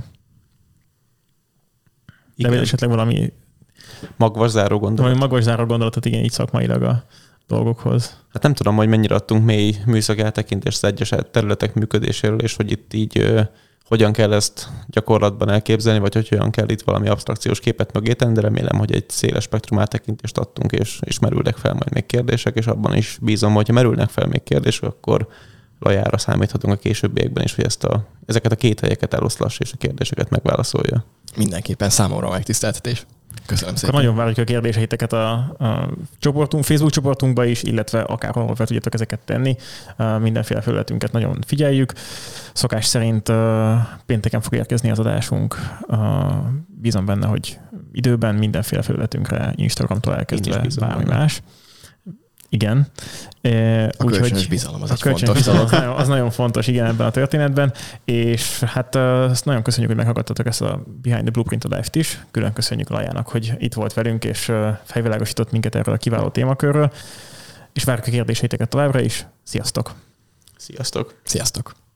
Igen. De esetleg valami magvas záró gondolatot, igen, így szakmailag a dolgokhoz. Hát nem tudom, hogy mennyire adtunk mély műszaki áttekintést az egyes területek működéséről, és hogy itt így hogyan kell ezt gyakorlatban elképzelni, vagy hogy hogyan kell itt valami absztrakciós képet mögé tenni, de remélem, hogy egy széles spektrum áttekintést adtunk, és merülnek fel majd még kérdések, és abban is bízom, hogy ha merülnek fel még kérdések, akkor Lajára számíthatunk a későbbiekben is, hogy ezeket a két helyeket eloszlassa és a kérdéseket megválaszolja. Mindenképpen számomra megtiszteltetés. Köszönöm szépen. Akkor nagyon várjuk a kérdéseiteket a Facebook csoportunkba is, illetve akárhol fel tudjátok ezeket tenni. Mindenféle felületünket nagyon figyeljük. Szokás szerint pénteken fog érkezni az adásunk. Bízom benne, hogy időben mindenféle felületünkre, Instagramtól elkezdve bármi más. Igen. A kölcsönös bizalom, az egy fontos dolog. Az nagyon fontos, igen, ebben a történetben, és hát azt nagyon köszönjük, hogy meghallgattatok ezt a Behind the Blueprint adást is. Külön köszönjük Lajának, hogy itt volt velünk, és fejvilágosított minket erről a kiváló témakörről, és várjuk a kérdéseiteket továbbra is. Sziasztok! Sziasztok! Sziasztok!